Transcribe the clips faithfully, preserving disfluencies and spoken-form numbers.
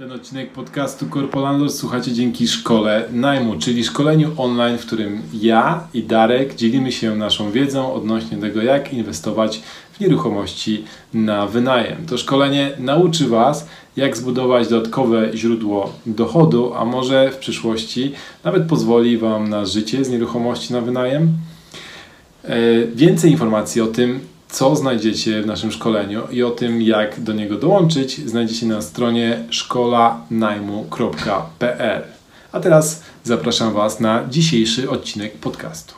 Ten odcinek podcastu Corpo Landlord słuchacie dzięki Szkole Najmu, czyli szkoleniu online, w którym ja i Darek dzielimy się naszą wiedzą odnośnie tego, jak inwestować w nieruchomości na wynajem. To szkolenie nauczy Was, jak zbudować dodatkowe źródło dochodu, a może w przyszłości nawet pozwoli Wam na życie z nieruchomości na wynajem. Więcej informacji o tym, co znajdziecie w naszym szkoleniu i o tym, jak do niego dołączyć, znajdziecie na stronie szkola najmu kropka p l. A teraz zapraszam Was na dzisiejszy odcinek podcastu.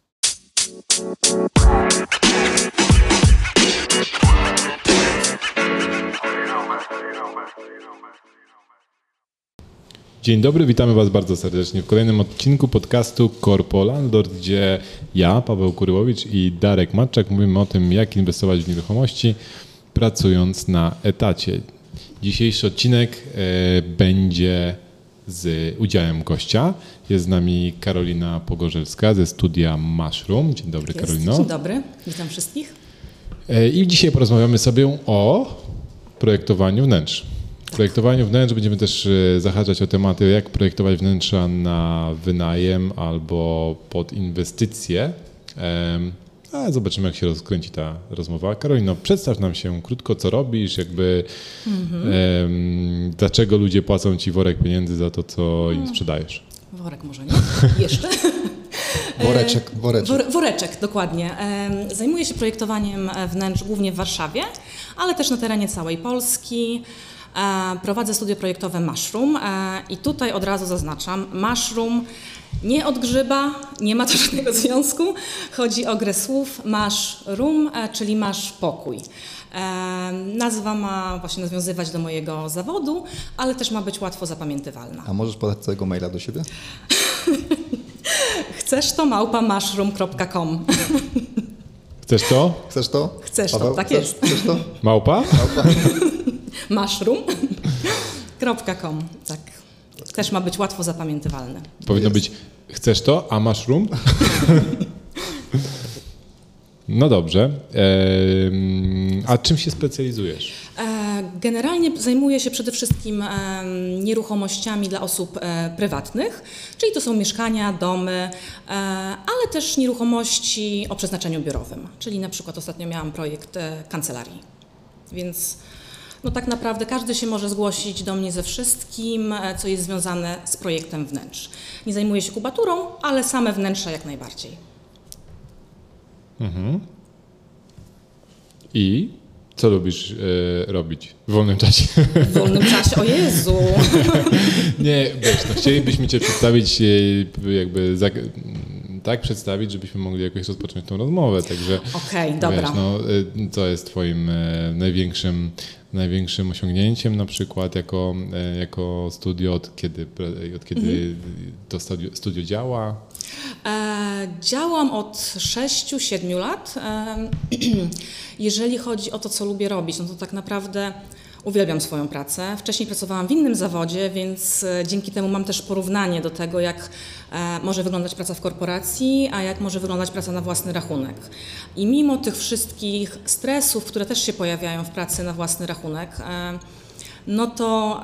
Dzień dobry, witamy Was bardzo serdecznie w kolejnym odcinku podcastu Corpo Landlord, gdzie ja, Paweł Kuryłowicz i Darek Matczak mówimy o tym, jak inwestować w nieruchomości, pracując na etacie. Dzisiejszy odcinek e, będzie z udziałem gościa. Jest z nami Karolina Pogorzelska ze studia Mushroom. Dzień dobry, Jest. Karolino. Dzień dobry, witam wszystkich. E, I dzisiaj porozmawiamy sobie o projektowaniu wnętrz. W projektowaniu wnętrz będziemy też zahaczać o tematy, jak projektować wnętrza na wynajem albo pod inwestycje. A zobaczymy, jak się rozkręci ta rozmowa. Karolino, przedstaw nam się krótko, co robisz, jakby mhm. um, dlaczego ludzie płacą Ci worek pieniędzy za to, co im sprzedajesz. Worek może nie, jeszcze. Woreczek, woreczek. Wor, woreczek, dokładnie. Zajmuję się projektowaniem wnętrz głównie w Warszawie, ale też na terenie całej Polski. Prowadzę studio projektowe Mushroom i tutaj od razu zaznaczam, Mushroom nie od grzyba, nie ma to żadnego związku. Chodzi o grę słów masz room, czyli masz pokój. Nazwa ma właśnie nawiązywać do mojego zawodu, ale też ma być łatwo zapamiętywalna. A możesz podać całego maila do siebie? Chcesz to małpa mushroom kropka com. Chcesz to? Chcesz to? Chcesz Paweł, to, tak chcesz, jest. Chcesz to? Małpa? Małpa. mushroom kropka com, tak. Też ma być łatwo zapamiętywalne. Powinno być chcesz to, a masz room? No dobrze. Eee, a czym się specjalizujesz? Generalnie zajmuję się przede wszystkim nieruchomościami dla osób prywatnych, czyli to są mieszkania, domy, ale też nieruchomości o przeznaczeniu biurowym, czyli na przykład ostatnio miałam projekt kancelarii, więc no tak naprawdę każdy się może zgłosić do mnie ze wszystkim, co jest związane z projektem wnętrz. Nie zajmuję się kubaturą, ale same wnętrza jak najbardziej. Mhm. I co lubisz e, robić w wolnym czasie? W wolnym czasie? O Jezu! Nie, wiesz, no, chcielibyśmy Cię przedstawić e, jakby za, tak przedstawić, żebyśmy mogli jakoś rozpocząć tą rozmowę, także okej, okay, dobra. Wiesz, no, e, co jest Twoim e, największym największym osiągnięciem na przykład jako, e, jako studio, od kiedy, od kiedy mhm. to studio, studio działa? E, działam od sześciu siedmiu lat. E, jeżeli chodzi o to, co lubię robić, no to tak naprawdę uwielbiam swoją pracę. Wcześniej pracowałam w innym zawodzie, więc dzięki temu mam też porównanie do tego, jak może wyglądać praca w korporacji, a jak może wyglądać praca na własny rachunek. I mimo tych wszystkich stresów, które też się pojawiają w pracy na własny rachunek, no to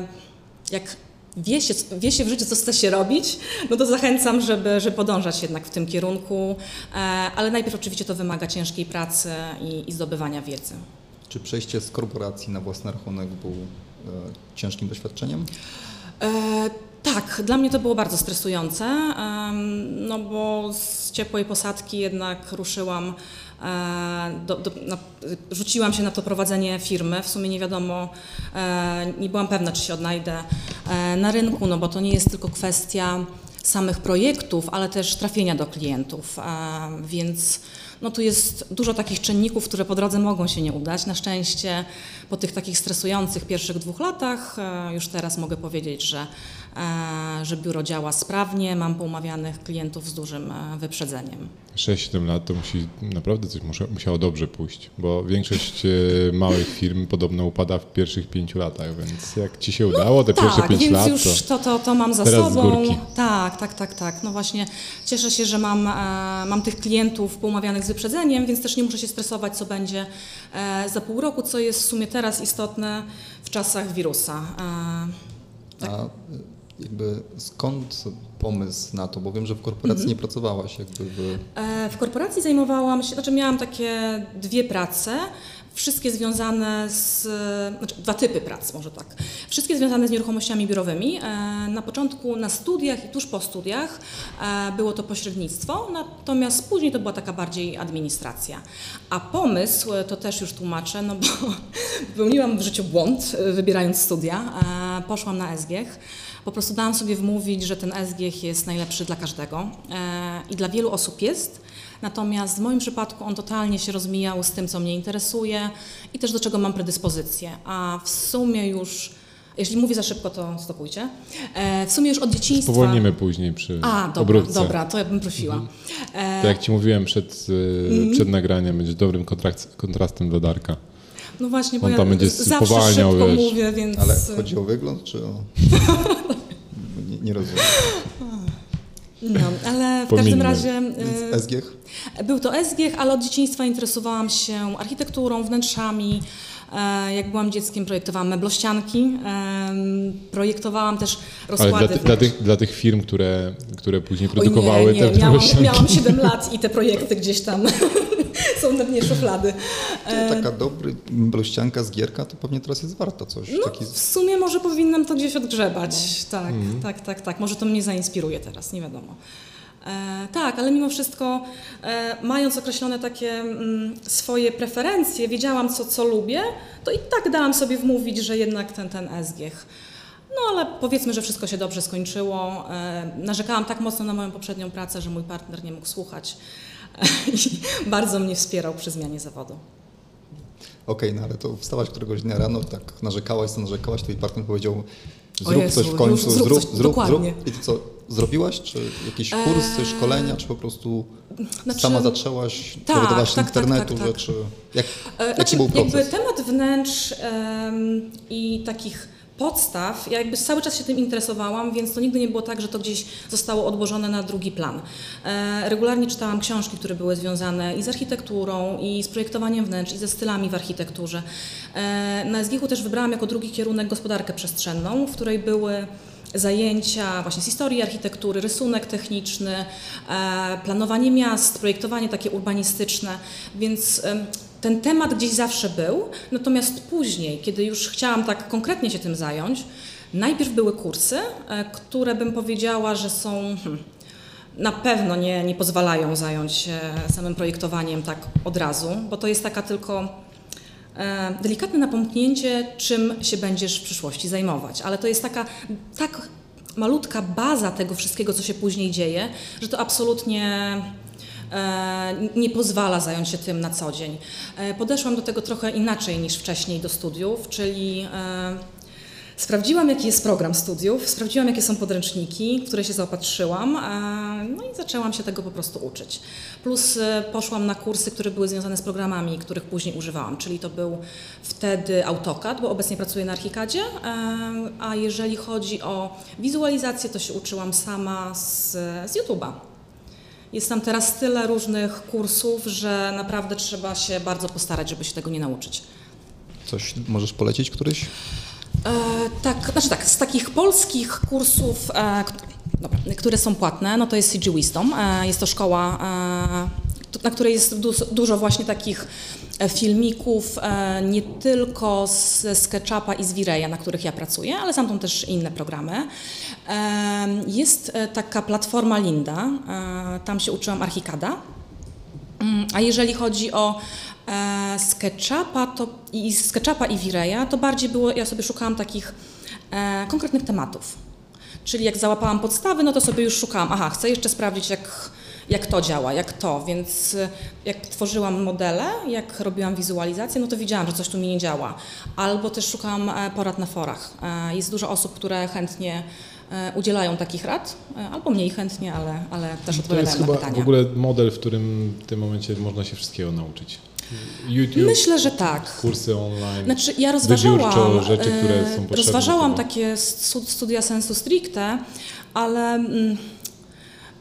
jak wie się, wie się w życiu, co chce się robić, no to zachęcam, żeby, żeby podążać jednak w tym kierunku, ale najpierw oczywiście to wymaga ciężkiej pracy i, i zdobywania wiedzy. Czy przejście z korporacji na własny rachunek był e, ciężkim doświadczeniem? E, tak, dla mnie to było bardzo stresujące, e, no bo z ciepłej posadki jednak ruszyłam, e, do, do, na, rzuciłam się na to prowadzenie firmy. W sumie nie wiadomo, e, nie byłam pewna, czy się odnajdę e, na rynku, no bo to nie jest tylko kwestia samych projektów, ale też trafienia do klientów, e, więc no tu jest dużo takich czynników, które po drodze mogą się nie udać. Na szczęście po tych takich stresujących pierwszych dwóch latach e, już teraz mogę powiedzieć, że, e, że biuro działa sprawnie, mam poumawianych klientów z dużym e, wyprzedzeniem. sześć siedem lat to musi naprawdę coś musia, musiało dobrze pójść, bo większość e, małych firm podobno upada w pierwszych pięciu latach, więc jak Ci się udało te no, pierwsze tak, pięć więc lat, już to, to, to mam za teraz sobą. z górki. Tak, tak, tak, tak. No właśnie cieszę się, że mam, e, mam tych klientów poumawianych z wyprzedzeniem, więc też nie muszę się stresować, co będzie e, za pół roku, co jest w sumie teraz istotne. czasach wirusa. Tak. A jakby skąd pomysł na to? Bo wiem, że w korporacji mm-hmm. nie pracowałaś jakby w... W korporacji zajmowałam się, znaczy miałam takie dwie prace, wszystkie związane z, znaczy dwa typy prac, może tak. Wszystkie związane z nieruchomościami biurowymi. Na początku na studiach i tuż po studiach było to pośrednictwo, natomiast później to była taka bardziej administracja. A pomysł, to też już tłumaczę, no bo popełniłam w życiu błąd, wybierając studia. Poszłam na S G I E Ch. Po prostu dałam sobie wmówić, że ten S G I E Ch jest najlepszy dla każdego i dla wielu osób jest. Natomiast w moim przypadku on totalnie się rozmijał z tym, co mnie interesuje i też do czego mam predyspozycję. A w sumie już, jeśli mówię za szybko, to stopujcie. W sumie już od dzieciństwa... Spowolnimy później przy A, dobra, obróbce. dobra, to ja bym prosiła. Mhm. To jak Ci mówiłem przed, mhm. przed nagraniem, będzie dobrym kontrastem dla Darka. No właśnie, bo on ja tam będzie zawsze spowalniał, szybko wiesz. mówię, więc... Ale chodzi o wygląd, czy o... nie, nie rozumiem. No, ale w Pominę. każdym razie... Więc S G I E Ch? Był to S G I E Ch, ale od dzieciństwa interesowałam się architekturą, wnętrzami. Jak byłam dzieckiem, projektowałam meblościanki, projektowałam też rozkłady. Ale dla, ty, dla, tych, dla tych firm, które, które później produkowały Oj, nie, nie. te miałam, meblościanki. miałam siedem lat i te projekty gdzieś tam są na dnie szuflady. To taka dobra meblościanka z Gierka to pewnie teraz jest warta coś. No, taki... w sumie może powinnam to gdzieś odgrzebać. Tak, mm. tak, tak, tak. Może to mnie zainspiruje teraz, nie wiadomo. E, tak, ale mimo wszystko, e, mając określone takie mm, swoje preferencje, wiedziałam, co, co lubię, to i tak dałam sobie wmówić, że jednak ten, ten S G I E Ch. No ale powiedzmy, że wszystko się dobrze skończyło. E, narzekałam tak mocno na moją poprzednią pracę, że mój partner nie mógł słuchać e, i bardzo mnie wspierał przy zmianie zawodu. Okej, okay, no ale to wstałaś któregoś dnia rano, tak narzekałaś, co narzekałaś, twój partner powiedział, zrób Jezu, coś w końcu, zrób, zrób, coś, zrób, dokładnie. zrób. I to co, zrobiłaś? Czy jakieś kursy, eee, szkolenia, czy po prostu znaczy, sama zaczęłaś, tak, dowiadywałaś się tak, internetu tak, tak, rzeczy? Jak, e, jaki znaczy, był proces? Jakby temat wnętrz um, i takich podstaw, ja jakby cały czas się tym interesowałam, więc to nigdy nie było tak, że to gdzieś zostało odłożone na drugi plan. E, regularnie czytałam książki, które były związane i z architekturą, i z projektowaniem wnętrz, i ze stylami w architekturze. E, na S G I E Ch-u też wybrałam jako drugi kierunek gospodarkę przestrzenną, w której były zajęcia właśnie z historii architektury, rysunek techniczny, e, planowanie miast, projektowanie takie urbanistyczne, więc e, ten temat gdzieś zawsze był, natomiast później, kiedy już chciałam tak konkretnie się tym zająć, najpierw były kursy, e, które bym powiedziała, że są hmm, na pewno nie, nie pozwalają zająć się samym projektowaniem tak od razu, bo to jest taka tylko E, delikatne napomknięcie, czym się będziesz w przyszłości zajmować, ale to jest taka tak malutka baza tego wszystkiego, co się później dzieje, że to absolutnie e, nie pozwala zająć się tym na co dzień. E, podeszłam do tego trochę inaczej niż wcześniej do studiów, czyli e, sprawdziłam, jaki jest program studiów, sprawdziłam, jakie są podręczniki, w które się zaopatrzyłam, no i zaczęłam się tego po prostu uczyć. Plus poszłam na kursy, które były związane z programami, których później używałam, czyli to był wtedy AutoCAD, bo obecnie pracuję na Archicadzie, a jeżeli chodzi o wizualizację, to się uczyłam sama z, z YouTube'a. Jest tam teraz tyle różnych kursów, że naprawdę trzeba się bardzo postarać, żeby się tego nie nauczyć. Coś możesz polecić któryś? E, tak, znaczy tak, z takich polskich kursów, e, dobra, które są płatne, no to jest C G Wisdom. E, jest to szkoła, e, na której jest du dużo właśnie takich filmików, e, nie tylko z SketchUpa i z V-Raya, na których ja pracuję, ale są tam też inne programy. E, jest taka platforma Linda, e, tam się uczyłam Archicada. A jeżeli chodzi o e, SketchUpa to, i SketchUpa i V-Raya, to bardziej było, ja sobie szukałam takich e, konkretnych tematów. Czyli jak załapałam podstawy, no to sobie już szukałam, aha, chcę jeszcze sprawdzić, jak, jak to działa, jak to, więc jak tworzyłam modele, jak robiłam wizualizację, no to widziałam, że coś tu mi nie działa. Albo też szukałam porad na forach. E, jest dużo osób, które chętnie udzielają takich rad, albo mniej chętnie, ale, ale też odpowiadają na pytania. To jest chyba w ogóle model, w którym w tym momencie można się wszystkiego nauczyć. YouTube, myślę, że tak. Kursy online, znaczy, ja rozważałam, rzeczy, które są potrzebne. Rozważałam takie studia sensu stricte, ale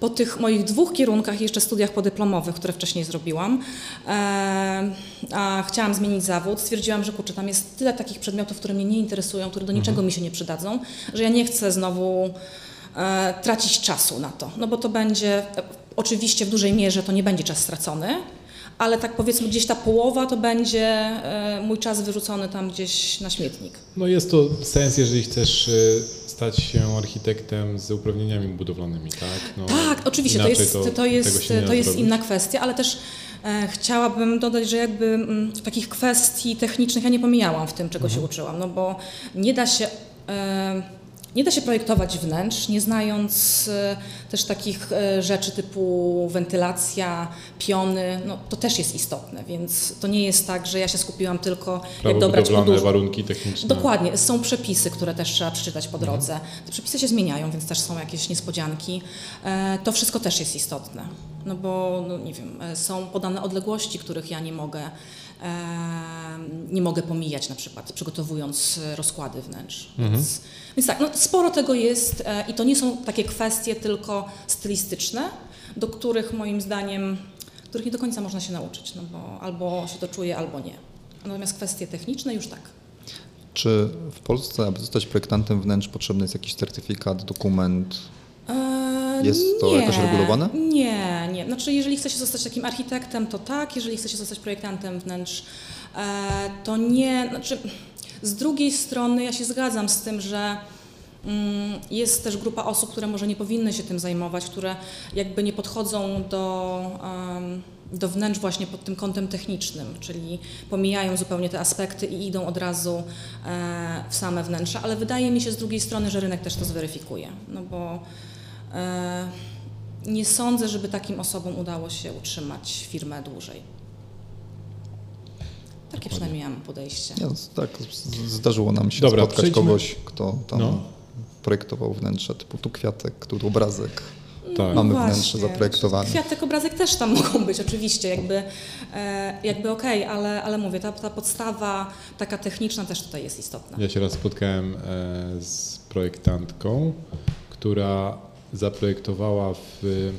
po tych moich dwóch kierunkach i jeszcze studiach podyplomowych, które wcześniej zrobiłam, e, a chciałam zmienić zawód, stwierdziłam, że kurczę, tam jest tyle takich przedmiotów, które mnie nie interesują, które do niczego mi się nie przydadzą, że ja nie chcę znowu e, tracić czasu na to, no bo to będzie, oczywiście w dużej mierze to nie będzie czas stracony, ale tak powiedzmy gdzieś ta połowa to będzie e, mój czas wyrzucony tam gdzieś na śmietnik. No jest to sens, jeżeli chcesz e, stać się architektem z uprawnieniami budowlanymi, tak? No, tak, oczywiście, to jest, to, to jest, to jest inna kwestia, ale też e, chciałabym dodać, że jakby m, takich kwestii technicznych ja nie pomijałam w tym, czego mhm. się uczyłam, no bo nie da się... E, Nie da się projektować wnętrz, nie znając e, też takich e, rzeczy typu wentylacja, piony, no to też jest istotne, więc to nie jest tak, że ja się skupiłam tylko Prawo jak dobrać budowlane, warunki techniczne. Dokładnie, są przepisy, które też trzeba przeczytać po drodze. Te przepisy się zmieniają, więc też są jakieś niespodzianki. E, to wszystko też jest istotne, no bo no nie wiem, są podane odległości, których ja nie mogę nie mogę pomijać na przykład, przygotowując rozkłady wnętrz. Mhm. Więc, więc tak, no, sporo tego jest i to nie są takie kwestie tylko stylistyczne, do których moim zdaniem, których nie do końca można się nauczyć, no bo albo się to czuje, albo nie. Natomiast kwestie techniczne już tak. Czy w Polsce, aby zostać projektantem wnętrz, potrzebny jest jakiś certyfikat, dokument? Jest to nie, jakoś regulowane? Nie, nie. Znaczy, jeżeli chce się zostać takim architektem, to tak. Jeżeli chce się zostać projektantem wnętrz, e, to nie. Znaczy, z drugiej strony ja się zgadzam z tym, że mm, jest też grupa osób, które może nie powinny się tym zajmować, które jakby nie podchodzą do, um, do wnętrz właśnie pod tym kątem technicznym, czyli pomijają zupełnie te aspekty i idą od razu e, w same wnętrza, ale wydaje mi się z drugiej strony, że rynek też to zweryfikuje, no bo nie sądzę, żeby takim osobom udało się utrzymać firmę dłużej. Takie przynajmniej miałam podejście. Ja, tak, zdarzyło nam się Dobra, spotkać przejdźmy. kogoś, kto tam no. projektował wnętrze, typu tu kwiatek, tu obrazek. Tak. Mamy Właśnie. wnętrze zaprojektowane. Kwiatek, obrazek też tam mogą być oczywiście, jakby, jakby okej, okay, ale, ale mówię, ta, ta podstawa taka techniczna też tutaj jest istotna. Ja się raz spotkałem z projektantką, która zaprojektowała w...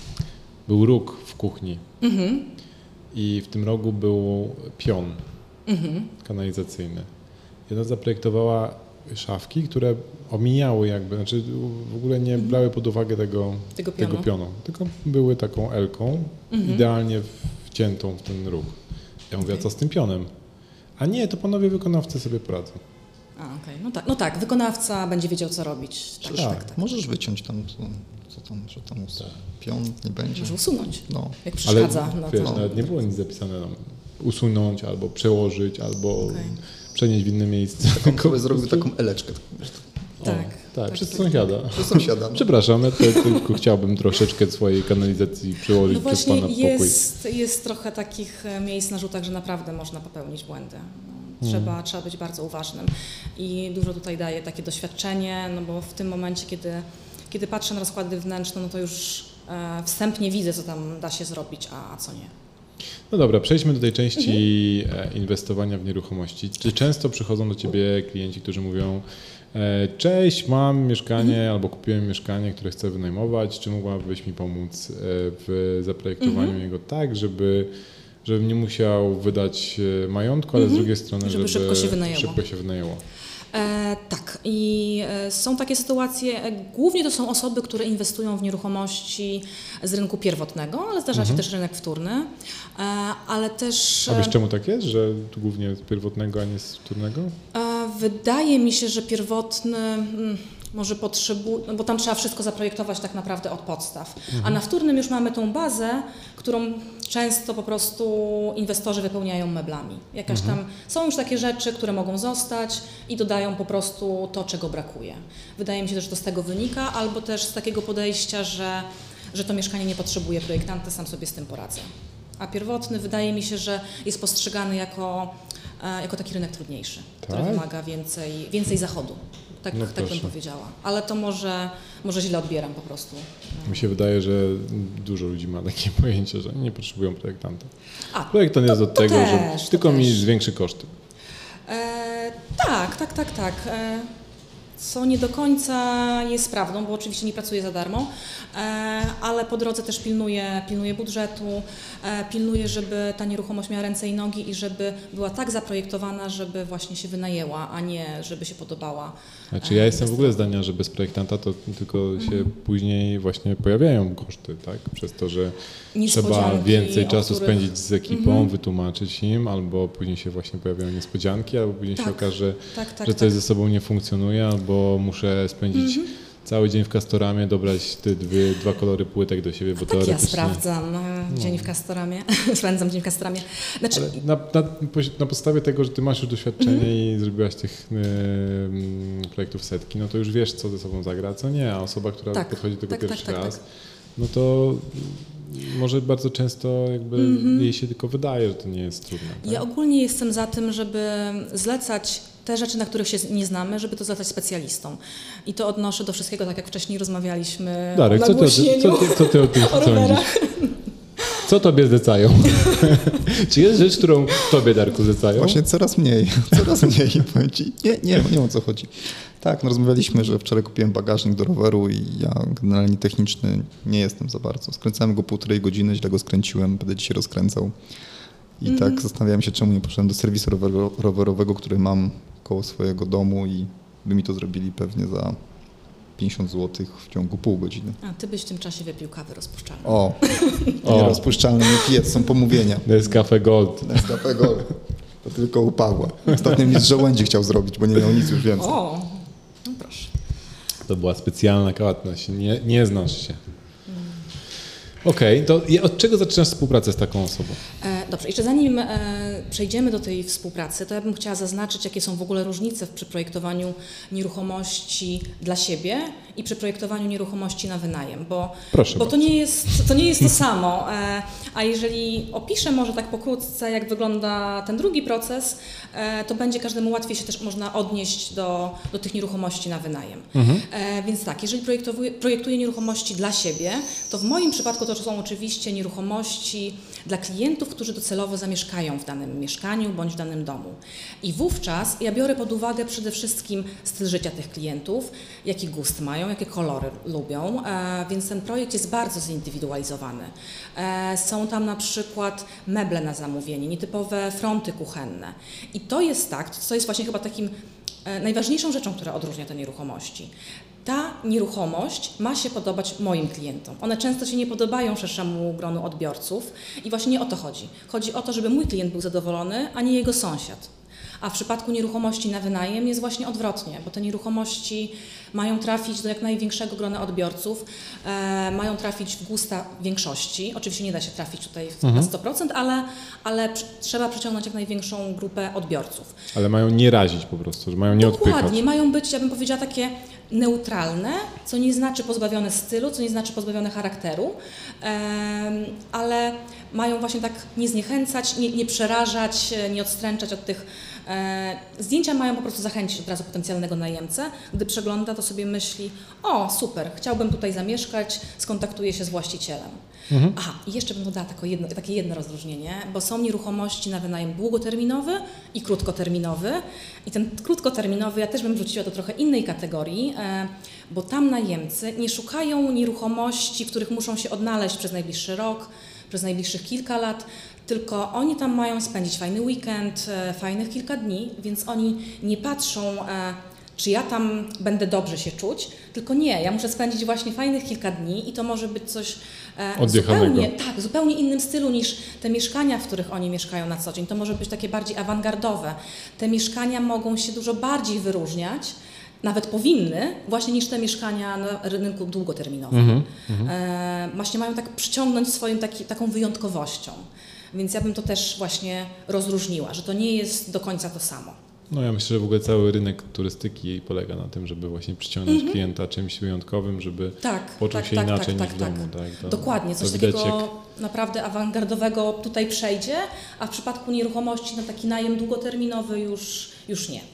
Był róg w kuchni mhm. i w tym rogu był pion mhm. kanalizacyjny. I ona zaprojektowała szafki, które omijały jakby, znaczy w ogóle nie brały pod uwagę tego, tego, pionu. tego pionu, tylko były taką elką mhm. idealnie wciętą w ten róg. Ja mówię, okay. a co z tym pionem? A nie, to panowie wykonawcy sobie poradzą. A, okej, okay. no tak, no tak, wykonawca będzie wiedział, co robić. Tak, tak, tak, tak. Możesz wyciąć tam, co, co tam, że tam tak. pion nie będzie. Może usunąć, no. jak przeszkadza. Ale no wiesz, to... nawet nie było nic zapisane tam. Usunąć, albo przełożyć, albo okay. przenieść w inne miejsce. Taką, zrobił taką eleczkę. O, tak, tak, tak, przez sąsiada. Przez sąsiada. No. Przepraszam, ja tylko chciałbym troszeczkę swojej kanalizacji przełożyć no przez pana jest, pokój. Jest trochę takich miejsc na rzutach, że naprawdę można popełnić błędy. Trzeba, hmm. trzeba być bardzo uważnym i dużo tutaj daje takie doświadczenie, no bo w tym momencie, kiedy, kiedy patrzę na rozkłady wnętrzne, no to już e, wstępnie widzę, co tam da się zrobić, a, a co nie. No dobra, przejdźmy do tej części mhm. inwestowania w nieruchomości. Czy często przychodzą do Ciebie klienci, którzy mówią: cześć, mam mieszkanie mhm. albo kupiłem mieszkanie, które chcę wynajmować, czy mogłabyś mi pomóc w zaprojektowaniu mhm. jego tak, żeby żebym nie musiał wydać majątku, ale mm-hmm. z drugiej strony, żeby, żeby szybko się wynajęło. Szybko się wynajęło. E, tak i e, są takie sytuacje, e, głównie to są osoby, które inwestują w nieruchomości z rynku pierwotnego, ale zdarza mm-hmm. się też rynek wtórny, e, ale też... A wiesz czemu tak jest, że tu głównie z pierwotnego, a nie z wtórnego? E, wydaje mi się, że pierwotny... Mm, może potrzebuje, no bo tam trzeba wszystko zaprojektować tak naprawdę od podstaw. Mhm. A na wtórnym już mamy tą bazę, którą często po prostu inwestorzy wypełniają meblami. Jakaś mhm. tam, są już takie rzeczy, które mogą zostać i dodają po prostu to, czego brakuje. Wydaje mi się, że to z tego wynika, albo też z takiego podejścia, że, że to mieszkanie nie potrzebuje projektanta, sam sobie z tym poradzę. A pierwotny wydaje mi się, że jest postrzegany jako, jako taki rynek trudniejszy, tak? który wymaga więcej, więcej zachodu. Tak, no tak bym powiedziała, ale to może, może źle odbieram po prostu. Mi się wydaje, że dużo ludzi ma takie pojęcie, że nie potrzebują projektanta. A, Projektant jest to, od to tego, też, że tylko też. mi zwiększy koszty. E, tak, tak, tak, tak. E, co nie do końca jest prawdą, bo oczywiście nie pracuję za darmo, ale po drodze też pilnuję, pilnuję budżetu, pilnuję, żeby ta nieruchomość miała ręce i nogi i żeby była tak zaprojektowana, żeby właśnie się wynajęła, a nie żeby się podobała. Znaczy ja jestem w ogóle zdania, że bez projektanta to tylko się mhm. później właśnie pojawiają koszty, tak? Przez to, że trzeba więcej czasu których... spędzić z ekipą, mhm. wytłumaczyć im, albo później się właśnie pojawiają niespodzianki, albo później tak. się okaże, tak, tak, że coś tak. ze sobą nie funkcjonuje, albo muszę spędzić mhm. cały dzień w Castoramie, dobrać te dwie, dwa kolory płytek do siebie, bo tak teoretycznie... ja sprawdzam no. dzień w Castoramie, spędzam dzień w Castoramie. Znaczy... Na, na, na podstawie tego, że ty masz już doświadczenie mm-hmm. i zrobiłaś tych y, projektów setki, no to już wiesz, co ze sobą zagra, co nie, a osoba, która tak, podchodzi do tego tak, pierwszy tak, tak, raz, tak. no to może bardzo często jakby mm-hmm. jej się tylko wydaje, że to nie jest trudne. Tak? Ja ogólnie jestem za tym, żeby zlecać te rzeczy, na których się nie znamy, żeby to zlecać specjalistom. I to odnoszę do wszystkiego, tak jak wcześniej rozmawialiśmy Darek, o co ty, co, ty, co ty o tym sądzisz? Co tobie zlecają? Czy jest rzecz, którą tobie, Darku, zlecają? Właśnie coraz mniej, coraz mniej. Powiem ci. Nie, nie, nie wiem, o co chodzi. Tak, no rozmawialiśmy, że wczoraj kupiłem bagażnik do roweru i ja generalnie techniczny nie jestem za bardzo. Skręcałem go półtorej godziny, źle go skręciłem, będę dzisiaj rozkręcał. I mm-hmm. tak zastanawiałem się, czemu nie poszedłem do serwisu rower- rowerowego, który mam koło swojego domu i by mi to zrobili pewnie za pięćdziesiąt złotych w ciągu pół godziny. A ty byś w tym czasie wypił kawę rozpuszczalną. O, nie rozpuszczalne, nie piję, to są pomówienia. Nescafe Gold. Nescafe Gold. To tylko u Pawła. Ostatnio mi z żołędzi chciał zrobić, bo nie miał nic już więcej. O, no proszę. To była specjalna kawa, nie, nie znasz się. Okej, okay, to od czego zaczynasz współpracę z taką osobą? E, dobrze, jeszcze zanim e, przejdziemy do tej współpracy, to ja bym chciała zaznaczyć, jakie są w ogóle różnice przy projektowaniu nieruchomości dla siebie i przy projektowaniu nieruchomości na wynajem, bo, Proszę bo to, nie jest, to nie jest to samo. E, a jeżeli opiszę może tak pokrótce, jak wygląda ten drugi proces, e, to będzie każdemu łatwiej się też można odnieść do, do tych nieruchomości na wynajem. Mhm. E, więc tak, jeżeli projektuję, projektuję nieruchomości dla siebie, to w moim przypadku to są oczywiście nieruchomości dla klientów, którzy docelowo zamieszkają w danym mieszkaniu bądź w danym domu. I wówczas ja biorę pod uwagę przede wszystkim styl życia tych klientów, jaki gust mają, jakie kolory lubią, e, więc ten projekt jest bardzo zindywidualizowany. E, są tam na przykład meble na zamówienie, nietypowe fronty kuchenne. I to jest tak, to jest właśnie chyba takim e, najważniejszą rzeczą, która odróżnia te nieruchomości. Ta nieruchomość ma się podobać moim klientom. One często się nie podobają szerszemu gronu odbiorców i właśnie nie o to chodzi. Chodzi o to, żeby mój klient był zadowolony, a nie jego sąsiad. A w przypadku nieruchomości na wynajem jest właśnie odwrotnie, bo te nieruchomości mają trafić do jak największego grona odbiorców, e, mają trafić w gusta większości. Oczywiście nie da się trafić tutaj w, mhm. na sto procent, ale, ale pr- trzeba przyciągnąć jak największą grupę odbiorców. Ale mają nie razić po prostu, że mają nie odpychać. Dokładnie, mają być, ja bym powiedziała, takie neutralne, co nie znaczy pozbawione stylu, co nie znaczy pozbawione charakteru, e, ale mają właśnie tak nie zniechęcać, nie, nie przerażać, nie odstręczać od tych. E, zdjęcia mają po prostu zachęcić od razu potencjalnego najemcę. Gdy przegląda, to sobie myśli, o super, chciałbym tutaj zamieszkać, skontaktuję się z właścicielem. Mhm. Aha, i jeszcze bym dodała takie jedno, takie jedno rozróżnienie, bo są nieruchomości na wynajem długoterminowy i krótkoterminowy. I ten krótkoterminowy ja też bym wrzuciła do trochę innej kategorii, e, bo tam najemcy nie szukają nieruchomości, w których muszą się odnaleźć przez najbliższy rok, przez najbliższych kilka lat, tylko oni tam mają spędzić fajny weekend, e, fajnych kilka dni, więc oni nie patrzą, e, czy ja tam będę dobrze się czuć, tylko nie, ja muszę spędzić właśnie fajnych kilka dni i to może być coś e, zupełnie, tak, zupełnie innym stylu niż te mieszkania, w których oni mieszkają na co dzień. To może być takie bardziej awangardowe. Te mieszkania mogą się dużo bardziej wyróżniać, nawet powinny, właśnie niż te mieszkania na rynku długoterminowym. Mm-hmm. E, właśnie mają tak przyciągnąć swoją taki, taką wyjątkowością. Więc ja bym to też właśnie rozróżniła, że to nie jest do końca to samo. No ja myślę, że w ogóle cały rynek turystyki polega na tym, żeby właśnie przyciągnąć mm-hmm. klienta czymś wyjątkowym, żeby tak, poczuł tak, się tak, inaczej tak, niż tak, w domu. Tak, to, dokładnie, coś takiego jak... naprawdę awangardowego tutaj przejdzie, a w przypadku nieruchomości na taki najem długoterminowy już, już nie.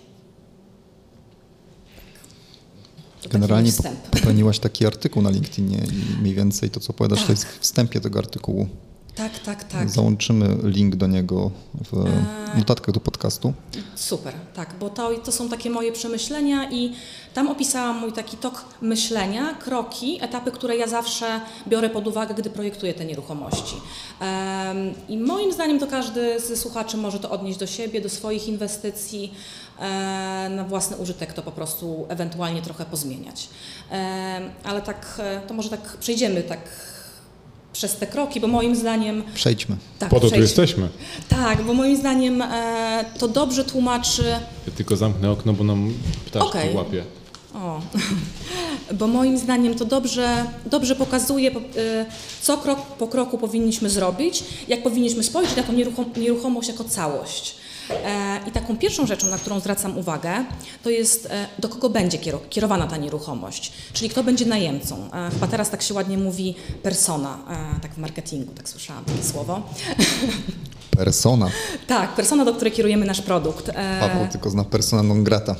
Generalnie popełniłaś taki artykuł na LinkedInie i mniej więcej to, co opowiadasz, tak. to jest w wstępie tego artykułu. Tak, tak, tak. Załączymy link do niego w notatkach do podcastu. Super, tak, bo to, to są takie moje przemyślenia i tam opisałam mój taki tok myślenia, kroki, etapy, które ja zawsze biorę pod uwagę, gdy projektuję te nieruchomości. Um, I moim zdaniem to każdy ze słuchaczy może to odnieść do siebie, do swoich inwestycji, um, na własny użytek to po prostu ewentualnie trochę pozmieniać. Um, ale tak, to może tak przejdziemy tak przez te kroki, bo moim zdaniem... Przejdźmy. Tak, po to przejdźmy. tu jesteśmy. Tak, bo moim zdaniem e, to dobrze tłumaczy... Ja tylko zamknę okno, bo nam ptaszki okay. łapie. O, bo moim zdaniem to dobrze, dobrze pokazuje, co krok po kroku powinniśmy zrobić, jak powinniśmy spojrzeć na tą nieruchom- nieruchomość jako całość. I taką pierwszą rzeczą, na którą zwracam uwagę, to jest, do kogo będzie kierowana ta nieruchomość, czyli kto będzie najemcą. Chyba teraz tak się ładnie mówi persona, tak w marketingu, tak słyszałam takie słowo. Persona. Tak, persona, do której kierujemy nasz produkt. Paweł tylko zna persona non grata.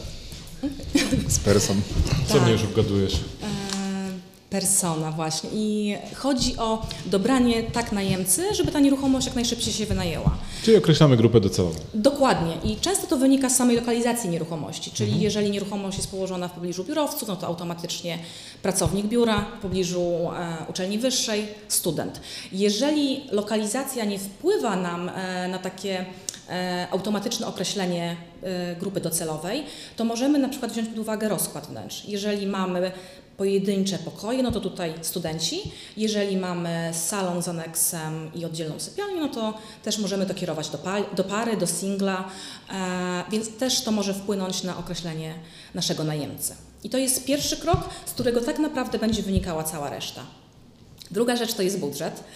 Z person. Co tak. mnie już obgadujesz? Persona właśnie i chodzi o dobranie tak najemcy, żeby ta nieruchomość jak najszybciej się wynajęła. Czyli określamy grupę docelową. Dokładnie i często to wynika z samej lokalizacji nieruchomości, czyli mhm. jeżeli nieruchomość jest położona w pobliżu biurowców, no to automatycznie pracownik biura, w pobliżu e, uczelni wyższej, student. Jeżeli lokalizacja nie wpływa nam e, na takie e, automatyczne określenie e, grupy docelowej, to możemy na przykład wziąć pod uwagę rozkład wnętrz. Jeżeli mamy pojedyncze pokoje, no to tutaj studenci. Jeżeli mamy salon z aneksem i oddzielną sypialnię, no to też możemy to kierować do, pa- do pary, do singla, e, więc też to może wpłynąć na określenie naszego najemcy. I to jest pierwszy krok, z którego tak naprawdę będzie wynikała cała reszta. Druga rzecz to jest budżet.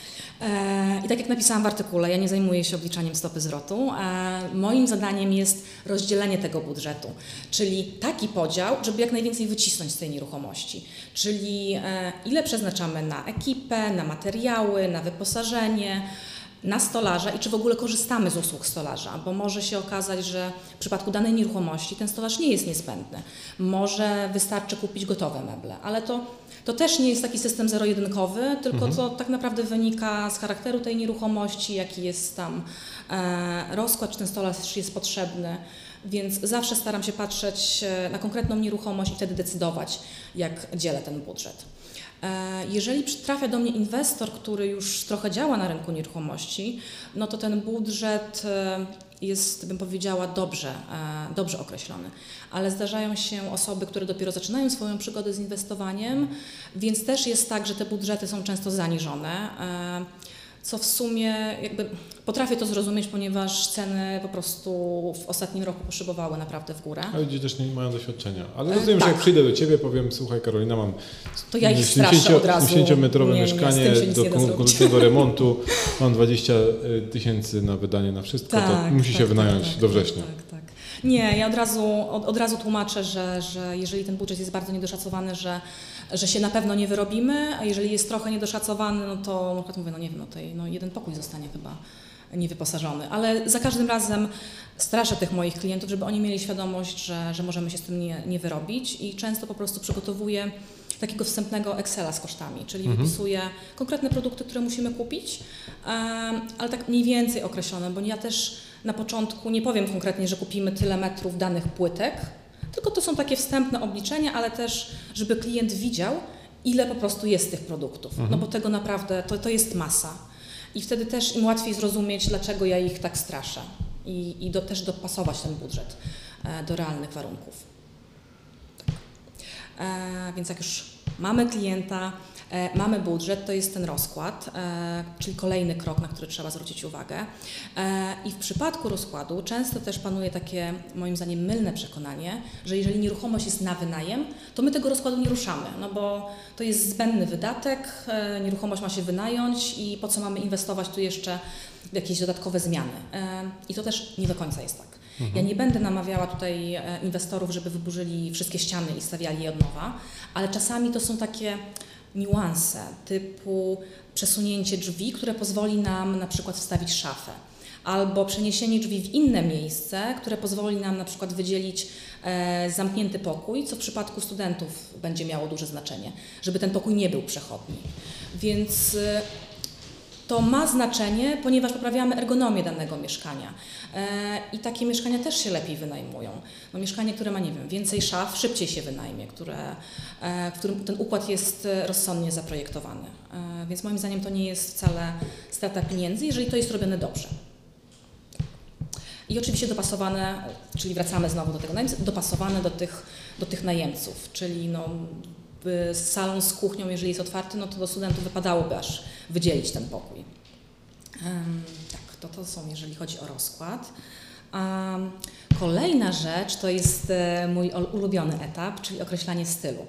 E, I tak jak napisałam w artykule, ja nie zajmuję się obliczaniem stopy zwrotu. E, moim zadaniem jest rozdzielenie tego budżetu, czyli taki podział, żeby jak najwięcej wycisnąć z tej nieruchomości. Czyli e, ile przeznaczamy na ekipę, na materiały, na wyposażenie, na stolarza i czy w ogóle korzystamy z usług stolarza, bo może się okazać, że w przypadku danej nieruchomości ten stolarz nie jest niezbędny. Może wystarczy kupić gotowe meble, ale to, to też nie jest taki system zero-jedynkowy, tylko mhm. to tak naprawdę wynika z charakteru tej nieruchomości, jaki jest tam e, rozkład, czy ten stolarz jest potrzebny. Więc zawsze staram się patrzeć na konkretną nieruchomość i wtedy decydować, jak dzielę ten budżet. Jeżeli trafia do mnie inwestor, który już trochę działa na rynku nieruchomości, no to ten budżet jest, bym powiedziała, dobrze, dobrze określony. Ale zdarzają się osoby, które dopiero zaczynają swoją przygodę z inwestowaniem, więc też jest tak, że te budżety są często zaniżone. Co w sumie jakby potrafię to zrozumieć, ponieważ ceny po prostu w ostatnim roku poszybowały naprawdę w górę. A ludzie też nie mają doświadczenia. Ale rozumiem, e, tak. że jak przyjdę do Ciebie, powiem, słuchaj Karolina, mam to ja ich straszę od razu. osiemdziesięciometrowe mieszkanie nie, do kompletnego remontu, mam dwadzieścia tysięcy na wydanie na wszystko, tak, to musi tak, się wynająć tak, do września. Tak, tak, tak. Nie, ja od razu, od, od razu tłumaczę, że, że jeżeli ten budżet jest bardzo niedoszacowany, że że się na pewno nie wyrobimy, a jeżeli jest trochę niedoszacowany, no to na przykład mówię, no nie wiem, no, tej, no jeden pokój zostanie chyba niewyposażony. Ale za każdym razem straszę tych moich klientów, żeby oni mieli świadomość, że, że możemy się z tym nie, nie wyrobić i często po prostu przygotowuję takiego wstępnego Excela z kosztami, czyli mhm. wypisuję konkretne produkty, które musimy kupić, ale tak mniej więcej określone, bo ja też na początku nie powiem konkretnie, że kupimy tyle metrów danych płytek, tylko to są takie wstępne obliczenia, ale też, żeby klient widział, ile po prostu jest tych produktów. Mhm. No bo tego naprawdę, to, to jest masa. I wtedy też im łatwiej zrozumieć, dlaczego ja ich tak straszę. I, i do, też dopasować ten budżet e, do realnych warunków. Tak. E, więc jak już mamy klienta, e, mamy budżet, to jest ten rozkład, e, czyli kolejny krok, na który trzeba zwrócić uwagę. E, I w przypadku rozkładu często też panuje takie, moim zdaniem, mylne przekonanie, że jeżeli nieruchomość jest na wynajem, to my tego rozkładu nie ruszamy, no bo to jest zbędny wydatek, e, nieruchomość ma się wynająć i po co mamy inwestować tu jeszcze w jakieś dodatkowe zmiany. E, I to też nie do końca jest tak. Mhm. Ja nie będę namawiała tutaj e, inwestorów, żeby wyburzyli wszystkie ściany i stawiali je od nowa, ale czasami to są takie niuanse typu przesunięcie drzwi, które pozwoli nam na przykład wstawić szafę, albo przeniesienie drzwi w inne miejsce, które pozwoli nam na przykład wydzielić e, zamknięty pokój, co w przypadku studentów będzie miało duże znaczenie, żeby ten pokój nie był przechodni. Więc e, to ma znaczenie, ponieważ poprawiamy ergonomię danego mieszkania i takie mieszkania też się lepiej wynajmują. No, mieszkanie, które ma, nie wiem, więcej szaf, szybciej się wynajmie, które, w którym ten układ jest rozsądnie zaprojektowany. Więc moim zdaniem to nie jest wcale strata pieniędzy, jeżeli to jest robione dobrze. I oczywiście dopasowane, czyli wracamy znowu do tego najemcy, dopasowane do tych, do tych najemców, czyli no, salon z kuchnią, jeżeli jest otwarty, no to do studentów wypadałoby aż wydzielić ten pokój. Um, tak, to to są, jeżeli chodzi o rozkład. Um, kolejna rzecz to jest mój ulubiony etap, czyli określanie stylu.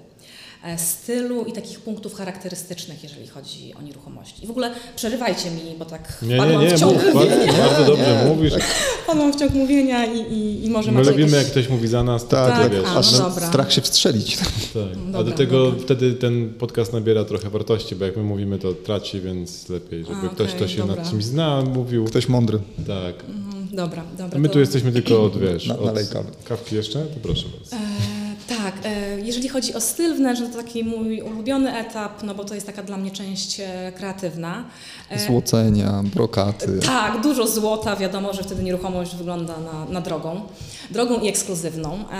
Stylu i takich punktów charakterystycznych, jeżeli chodzi o nieruchomości. I w ogóle przerywajcie mi, bo tak nie, wpadłam nie, nie, w ciąg mów, mówienia. Bardzo dobrze mówisz. Wpadłam w ciąg mówienia i, i, i może My macie lubimy, jakieś... jak ktoś mówi za nas, to Tak, Tak, tak, a, aż no dobra. strach się wstrzelić. Tak. A Dobra, do tego dobra. wtedy ten podcast nabiera trochę wartości, bo jak my mówimy, to traci, więc lepiej, żeby A, ktoś, okej, kto się dobra. nad czymś zna, mówił. Ktoś mądry. Tak. Mhm, Dobra, dobra. My to... tu jesteśmy tylko od, wiesz, Na- od nalej kawy. kawki jeszcze? To proszę bardzo. E, tak, e, jeżeli chodzi o styl wnętrz, to taki mój ulubiony etap, no bo to jest taka dla mnie część e, kreatywna. E, Złocenia, brokaty. Tak, dużo złota, wiadomo, że wtedy nieruchomość wygląda na, na drogą, drogą i ekskluzywną, e,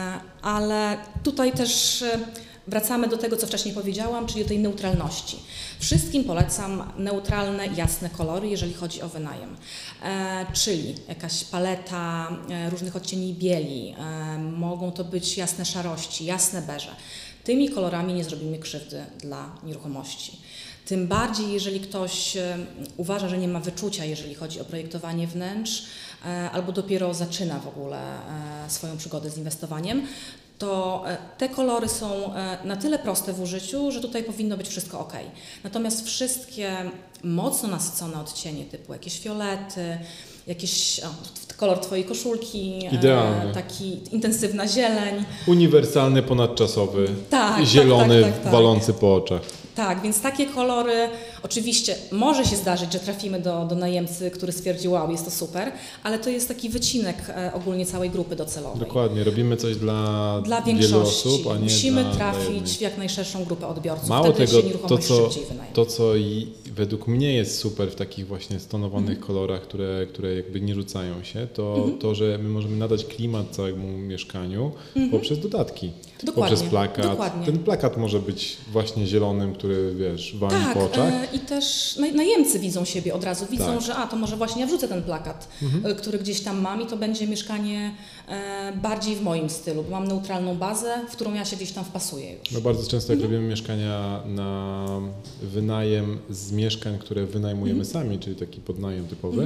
ale tutaj też e, wracamy do tego, co wcześniej powiedziałam, czyli do tej neutralności. Wszystkim polecam neutralne, jasne kolory, jeżeli chodzi o wynajem, e, czyli jakaś paleta e, różnych odcieni bieli, e, mogą to być jasne szarości, jasne beże. Tymi kolorami nie zrobimy krzywdy dla nieruchomości. Tym bardziej, jeżeli ktoś e, uważa, że nie ma wyczucia, jeżeli chodzi o projektowanie wnętrz, e, albo dopiero zaczyna w ogóle e, swoją przygodę z inwestowaniem, to te kolory są na tyle proste w użyciu, że tutaj powinno być wszystko ok. Natomiast wszystkie mocno nasycone odcienie typu jakieś fiolety, jakiś o, kolor twojej koszulki, Idealny. E, taki intensywna zieleń. Uniwersalny, ponadczasowy, Tak, zielony, tak, tak, tak, walący po oczach. Tak, więc takie kolory, oczywiście może się zdarzyć, że trafimy do, do najemcy, który stwierdzi, wow, jest to super, ale to jest taki wycinek e, ogólnie całej grupy docelowej. Dokładnie, robimy coś dla, Dla wielu większości. osób, a nie Musimy dla, trafić dla jednej. w jak najszerszą grupę odbiorców. Mało Wtedy tego, się to nieruchomość co, szybciej wynajem. to co i według mnie jest super w takich właśnie stonowanych Mhm. kolorach, które, które jakby nie rzucają się, to Mhm. to, że my możemy nadać klimat całemu mieszkaniu poprzez dodatki. Dokładnie, Poprzez plakat. dokładnie. Ten plakat może być właśnie zielonym, który wiesz, wali Tak, po oczach. e, i też naj, najemcy widzą siebie od razu, widzą, Tak. że a, to może właśnie ja wrzucę ten plakat, e, który gdzieś tam mam i to będzie mieszkanie e, bardziej w moim stylu, bo mam neutralną bazę, w którą ja się gdzieś tam wpasuję już. No bardzo często jak Mhm. robimy mieszkania na wynajem z mieszkań, które wynajmujemy Mhm. sami, czyli taki podnajem typowy,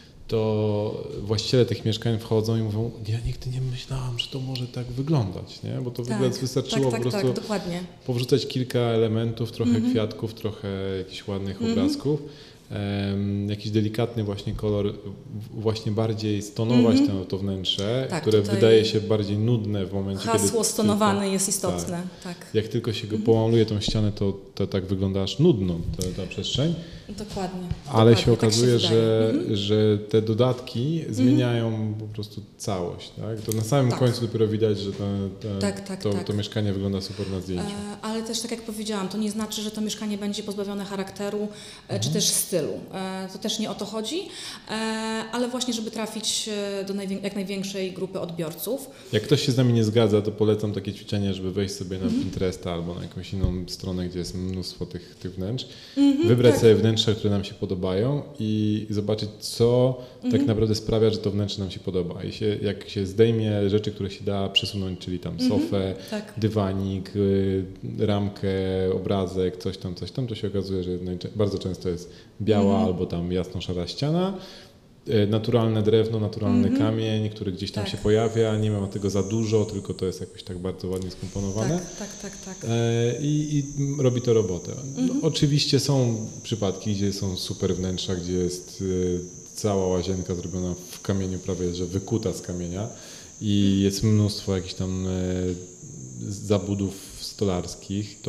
to właściciele tych mieszkań wchodzą i mówią, ja nigdy nie myślałam, że to może tak wyglądać, nie? Bo to Tak, wystarczyło tak, tak, po prostu tak, dokładnie. powrzucać kilka elementów, trochę Mhm. kwiatków, trochę jakichś ładnych Mhm. obrazków, em, jakiś delikatny właśnie kolor, w- właśnie bardziej stonować Mhm. to, to wnętrze, Tak, które tutaj wydaje się bardziej nudne w momencie, kiedy... Hasło stonowany tylko- jest istotne, tak. Jak tylko się go pomaluje tą ścianę, to, to tak wygląda aż nudno ta, ta przestrzeń, Dokładnie. ale dokładnie, się tak okazuje, wydaje. że, Mhm. że te dodatki zmieniają po prostu całość. Tak? To na samym Tak. końcu dopiero widać, że to, to, Tak, tak, to, tak. to mieszkanie wygląda super na zdjęciu. E, Ale też tak jak powiedziałam, to nie znaczy, że to mieszkanie będzie pozbawione charakteru e, czy też stylu. E, To też nie o to chodzi, e, ale właśnie, żeby trafić e, do najwię- jak największej grupy odbiorców. Jak ktoś się z nami nie zgadza, to polecam takie ćwiczenie, żeby wejść sobie na Pinteresta albo na jakąś inną stronę, gdzie jest mnóstwo tych, tych wnętrz, wybrać tak. sobie wnętrza, które nam się podobają i zobaczyć, co tak naprawdę sprawia, że to wnętrze nam się podoba. I się, jak się zdejmie rzeczy, które się da przesunąć, czyli tam sofę, tak. dywanik, y, ramkę, obrazek, coś tam, coś tam, to się okazuje, że najczę- bardzo często jest biała albo tam jasno-szara ściana, y, naturalne drewno, naturalny kamień, który gdzieś tam Tak. się pojawia, nie ma tego za dużo, tylko to jest jakoś tak bardzo ładnie skomponowane. Tak, tak, tak, tak. E, I, I robi to robotę. No, oczywiście są przypadki, gdzie są super wnętrza, gdzie jest y, cała łazienka zrobiona w kamieniu, prawie że wykuta z kamienia i jest mnóstwo jakichś tam e, zabudów stolarskich. To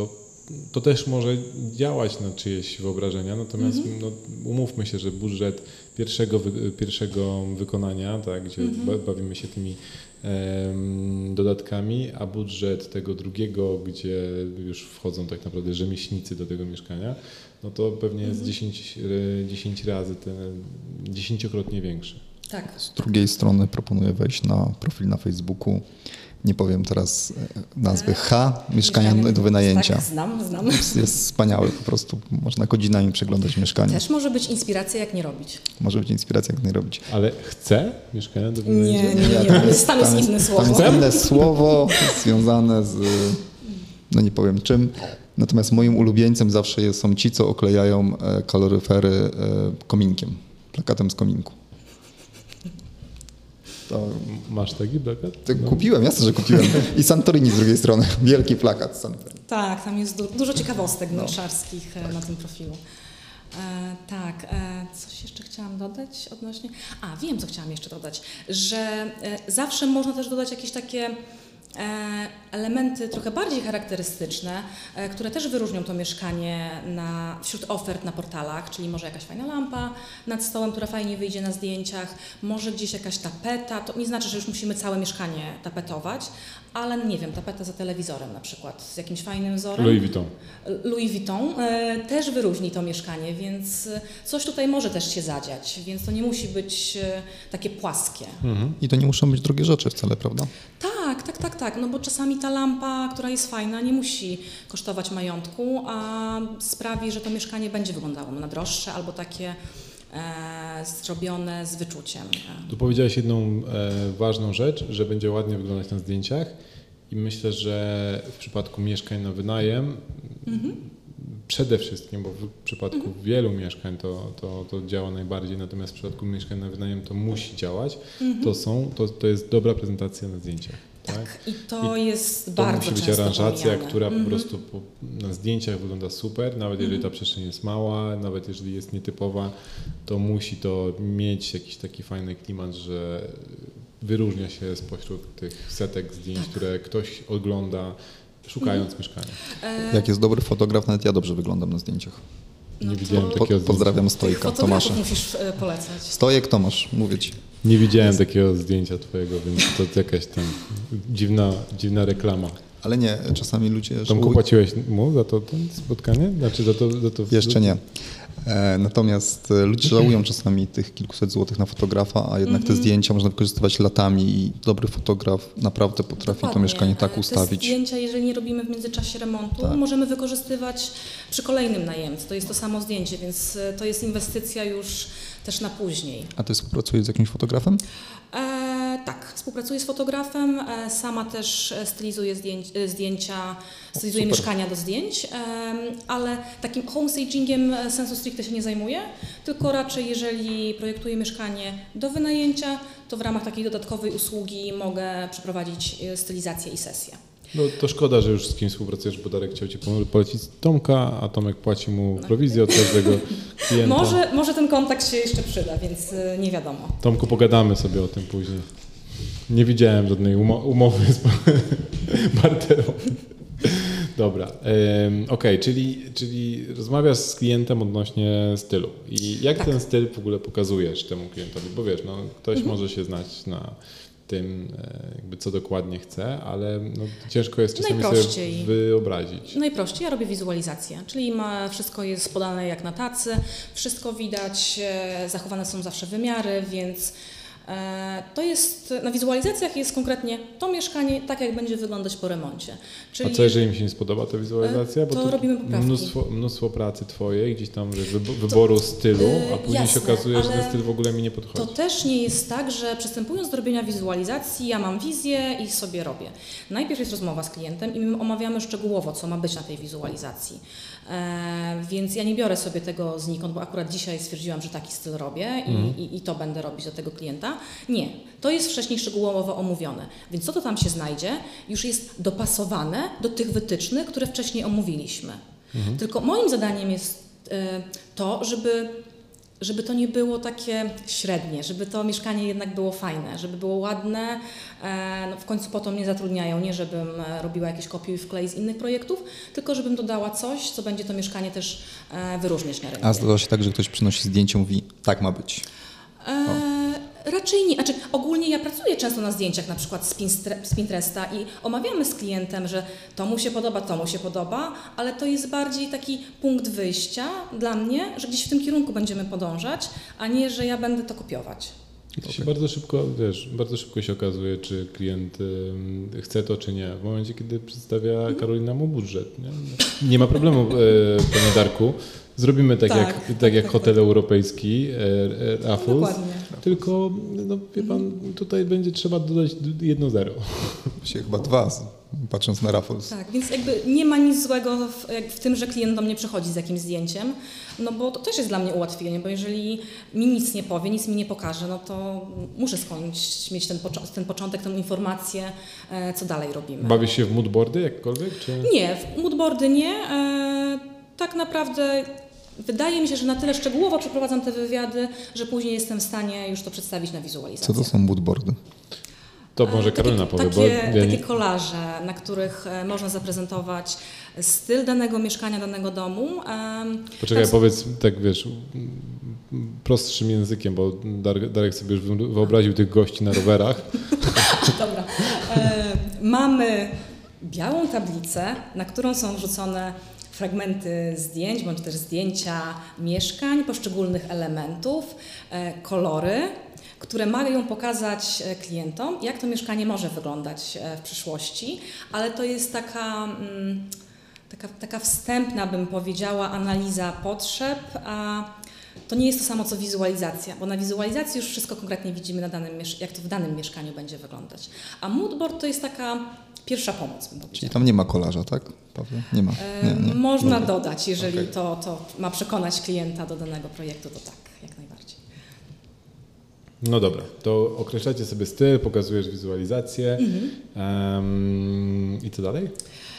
to też może działać na czyjeś wyobrażenia, natomiast mm-hmm. no, umówmy się, że budżet pierwszego, wy, pierwszego wykonania, tak, gdzie mm-hmm. bawimy się tymi em, dodatkami, a budżet tego drugiego, gdzie już wchodzą tak naprawdę rzemieślnicy do tego mieszkania, no to pewnie jest dziesięć, dziesięć razy, ten, dziesięciokrotnie większy. Tak. Z drugiej strony proponuję wejść na profil na Facebooku. Nie powiem teraz nazwy H, mieszkania Mieszkanie, do wynajęcia. Tak, znam, znam. Jest, jest wspaniały, po prostu można godzinami przeglądać mieszkanie. Też może być inspiracja, jak nie robić. Może być inspiracja, jak nie robić. Ale chce mieszkania do Nie, wynajęcia? nie, nie, nie. Tam jest, tam jest inne Tam słowo. jest inne słowo związane z, no nie powiem czym. Natomiast moim ulubieńcem zawsze jest, są ci, co oklejają kaloryfery kominkiem, plakatem z kominku. To... Masz taki plakat? To no. Kupiłem, jasne, że kupiłem. I Santorini z drugiej strony. Wielki plakat z Santorini. Tak, tam jest du dużo ciekawostek wnętrzarskich no. na tym profilu. E, tak, e, coś jeszcze chciałam dodać odnośnie... A, wiem, co chciałam jeszcze dodać, że e, zawsze można też dodać jakieś takie elementy trochę bardziej charakterystyczne, które też wyróżnią to mieszkanie na, wśród ofert na portalach, czyli może jakaś fajna lampa nad stołem, która fajnie wyjdzie na zdjęciach, może gdzieś jakaś tapeta, to nie znaczy, że już musimy całe mieszkanie tapetować, ale nie wiem, tapeta za telewizorem na przykład, z jakimś fajnym wzorem. Louis Vuitton. Louis Vuitton e, też wyróżni to mieszkanie, więc coś tutaj może też się zadziać, więc to nie musi być e, takie płaskie. Mhm. I to nie muszą być drogie rzeczy wcale, prawda? Tak, tak, tak, tak, no bo czasami ta lampa, która jest fajna, nie musi kosztować majątku, a sprawi, że to mieszkanie będzie wyglądało na droższe albo takie e, zrobione z wyczuciem. Tu powiedziałeś jedną e, ważną rzecz, że będzie ładnie wyglądać na zdjęciach i myślę, że w przypadku mieszkań na wynajem mhm. przede wszystkim, bo w przypadku mhm. wielu mieszkań to, to, to działa najbardziej, natomiast w przypadku mieszkań na wynajem to musi działać, mhm. to, są, to, to jest dobra prezentacja na zdjęciach. Tak, tak? I to I jest to bardzo musi być często aranżacja, pomijane. która mm-hmm. po prostu po, na zdjęciach wygląda super, nawet jeżeli mm-hmm. ta przestrzeń jest mała, nawet jeżeli jest nietypowa, to musi to mieć jakiś taki fajny klimat, że wyróżnia się spośród tych setek zdjęć, tak. które ktoś ogląda, szukając mm-hmm. mieszkania. E... Jak jest dobry fotograf, nawet ja dobrze wyglądam na zdjęciach. Nie no widziałem to... takiego po, Pozdrawiam Stojka, Tomasza. musisz e, polecać. Stojek, Tomasz, mówię ci. Nie widziałem takiego zdjęcia twojego, więc to jakaś tam dziwna, dziwna reklama. Ale nie, czasami ludzie... Tomku, płaciłeś mu za to, to spotkanie? Znaczy za to, za to... Jeszcze nie. E, natomiast ludzie żałują czasami tych kilkuset złotych na fotografa, a jednak mm-hmm. te zdjęcia można wykorzystywać latami i dobry fotograf naprawdę potrafi Dokładnie. to mieszkanie tak ustawić. Te zdjęcia, jeżeli nie robimy w międzyczasie remontu, tak. możemy wykorzystywać przy kolejnym najemcy. To jest to samo zdjęcie, więc to jest inwestycja już też na później. A ty współpracujesz z jakimś fotografem? E, tak, współpracuję z fotografem, e, sama też stylizuję zdjęć, zdjęcia, stylizuję Super. mieszkania do zdjęć, e, ale takim homestagingiem sensu stricte się nie zajmuję, tylko raczej jeżeli projektuję mieszkanie do wynajęcia, to w ramach takiej dodatkowej usługi mogę przeprowadzić stylizację i sesję. No to szkoda, że już z kim współpracujesz, bo Darek chciał ci polecić Tomka, a Tomek płaci mu prowizję od każdego klienta. Może, może ten kontakt się jeszcze przyda, więc nie wiadomo. Tomku, pogadamy sobie o tym później. Nie widziałem żadnej umo- umowy barterowej. Dobra, um, okej, okay, czyli, czyli rozmawiasz z klientem odnośnie stylu. I jak tak. ten styl w ogóle pokazujesz temu klientowi? Bo wiesz, no, ktoś mhm. może się znać na tym, jakby co dokładnie chce, ale no, ciężko jest czasami sobie wyobrazić. Najprościej, ja robię wizualizację, czyli ma, wszystko jest podane jak na tacy, wszystko widać, zachowane są zawsze wymiary, więc e, to jest, na wizualizacjach jest konkretnie to mieszkanie, tak jak będzie wyglądać po remoncie. Czyli, a co jeżeli mi się nie spodoba ta wizualizacja? Bo to tu robimy poprawki. Mnóstwo, mnóstwo pracy twojej, gdzieś tam wiesz, wyboru to, stylu, a później jasne, się okazuje, że ten styl w ogóle mi nie podchodzi. To też nie jest tak, że przystępując do robienia wizualizacji, ja mam wizję i sobie robię. Najpierw jest rozmowa z klientem i my omawiamy szczegółowo, co ma być na tej wizualizacji. E, więc ja nie biorę sobie tego znikąd, bo akurat dzisiaj stwierdziłam, że taki styl robię i, mm. i, i to będę robić do tego klienta. Nie, to jest wcześniej szczegółowo omówione. Więc co to tam się znajdzie, już jest dopasowane do tych wytycznych, które wcześniej omówiliśmy. Mm. Tylko moim zadaniem jest e, to, żeby żeby to nie było takie średnie, żeby to mieszkanie jednak było fajne, żeby było ładne. No w końcu po to mnie zatrudniają, nie żebym robiła jakieś kopiuj wklej z innych projektów, tylko żebym dodała coś, co będzie to mieszkanie też wyróżniać na rynku. A zdarza się tak, że ktoś przynosi zdjęcie i mówi, tak ma być? E, raczej nie. Znaczy, ogólnie ja pracuję często na zdjęciach, na przykład z, Pinstre, z Pinteresta i omawiamy z klientem, że to mu się podoba, to mu się podoba, ale to jest bardziej taki punkt wyjścia dla mnie, że gdzieś w tym kierunku będziemy podążać, a nie, że ja będę to kopiować. I to się bardzo szybko, wiesz, bardzo szybko się okazuje, czy klient y, chce to, czy nie. W momencie, kiedy przedstawia mm. Karolina mu budżet. Nie, nie ma problemu, e, panie Darku. Zrobimy tak, tak jak, tak, tak jak tak, hotel tak. europejski, e, e, Raffles, no, tylko no, wie pan, tutaj będzie trzeba dodać jedno zero. Się chyba dwa, patrząc na Raffles. Tak, więc jakby nie ma nic złego w, w tym, że klient do mnie przychodzi z jakimś zdjęciem, no bo to też jest dla mnie ułatwienie, bo jeżeli mi nic nie powie, nic mi nie pokaże, no to muszę skądś mieć ten, pocz- ten początek, tę informację, e, co dalej robimy. Bawisz się w moodboardy jakkolwiek? Czy? Nie, w moodboardy nie. E, tak naprawdę wydaje mi się, że na tyle szczegółowo przeprowadzam te wywiady, że później jestem w stanie już to przedstawić na wizualizację. Co to są moodboardy? To może Karolina takie, powie. Takie, bo ja takie nie... kolaże, na których można zaprezentować styl danego mieszkania, danego domu. Poczekaj, Tam... powiedz tak, wiesz, prostszym językiem, bo Darek sobie już wyobraził tych gości na rowerach. Dobra. E, mamy białą tablicę, na którą są wrzucone fragmenty zdjęć, bądź też zdjęcia mieszkań, poszczególnych elementów, e, kolory, które mają pokazać klientom, jak to mieszkanie może wyglądać w przyszłości, ale to jest taka, taka, taka wstępna, bym powiedziała, analiza potrzeb, a to nie jest to samo co wizualizacja, bo na wizualizacji już wszystko konkretnie widzimy, na danym, jak to w danym mieszkaniu będzie wyglądać. A moodboard to jest taka pierwsza pomoc, bym powiedziała. Czyli tam nie ma kolarza, tak? Paweł? Nie ma. Nie, nie. Można nie. dodać, jeżeli okay. to, to ma przekonać klienta do danego projektu, to tak, jak najbardziej. No dobra, to określacie sobie styl, pokazujesz wizualizację mm-hmm. um, i co dalej?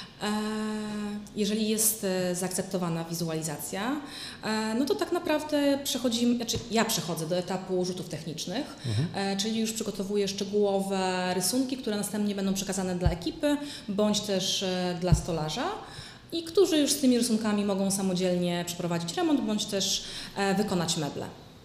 Jeżeli jest zaakceptowana wizualizacja, no to tak naprawdę przechodzimy, znaczy ja przechodzę do etapu rzutów technicznych, mhm. czyli już przygotowuję szczegółowe rysunki, które następnie będą przekazane dla ekipy, bądź też dla stolarza i którzy już z tymi rysunkami mogą samodzielnie przeprowadzić remont, bądź też wykonać meble.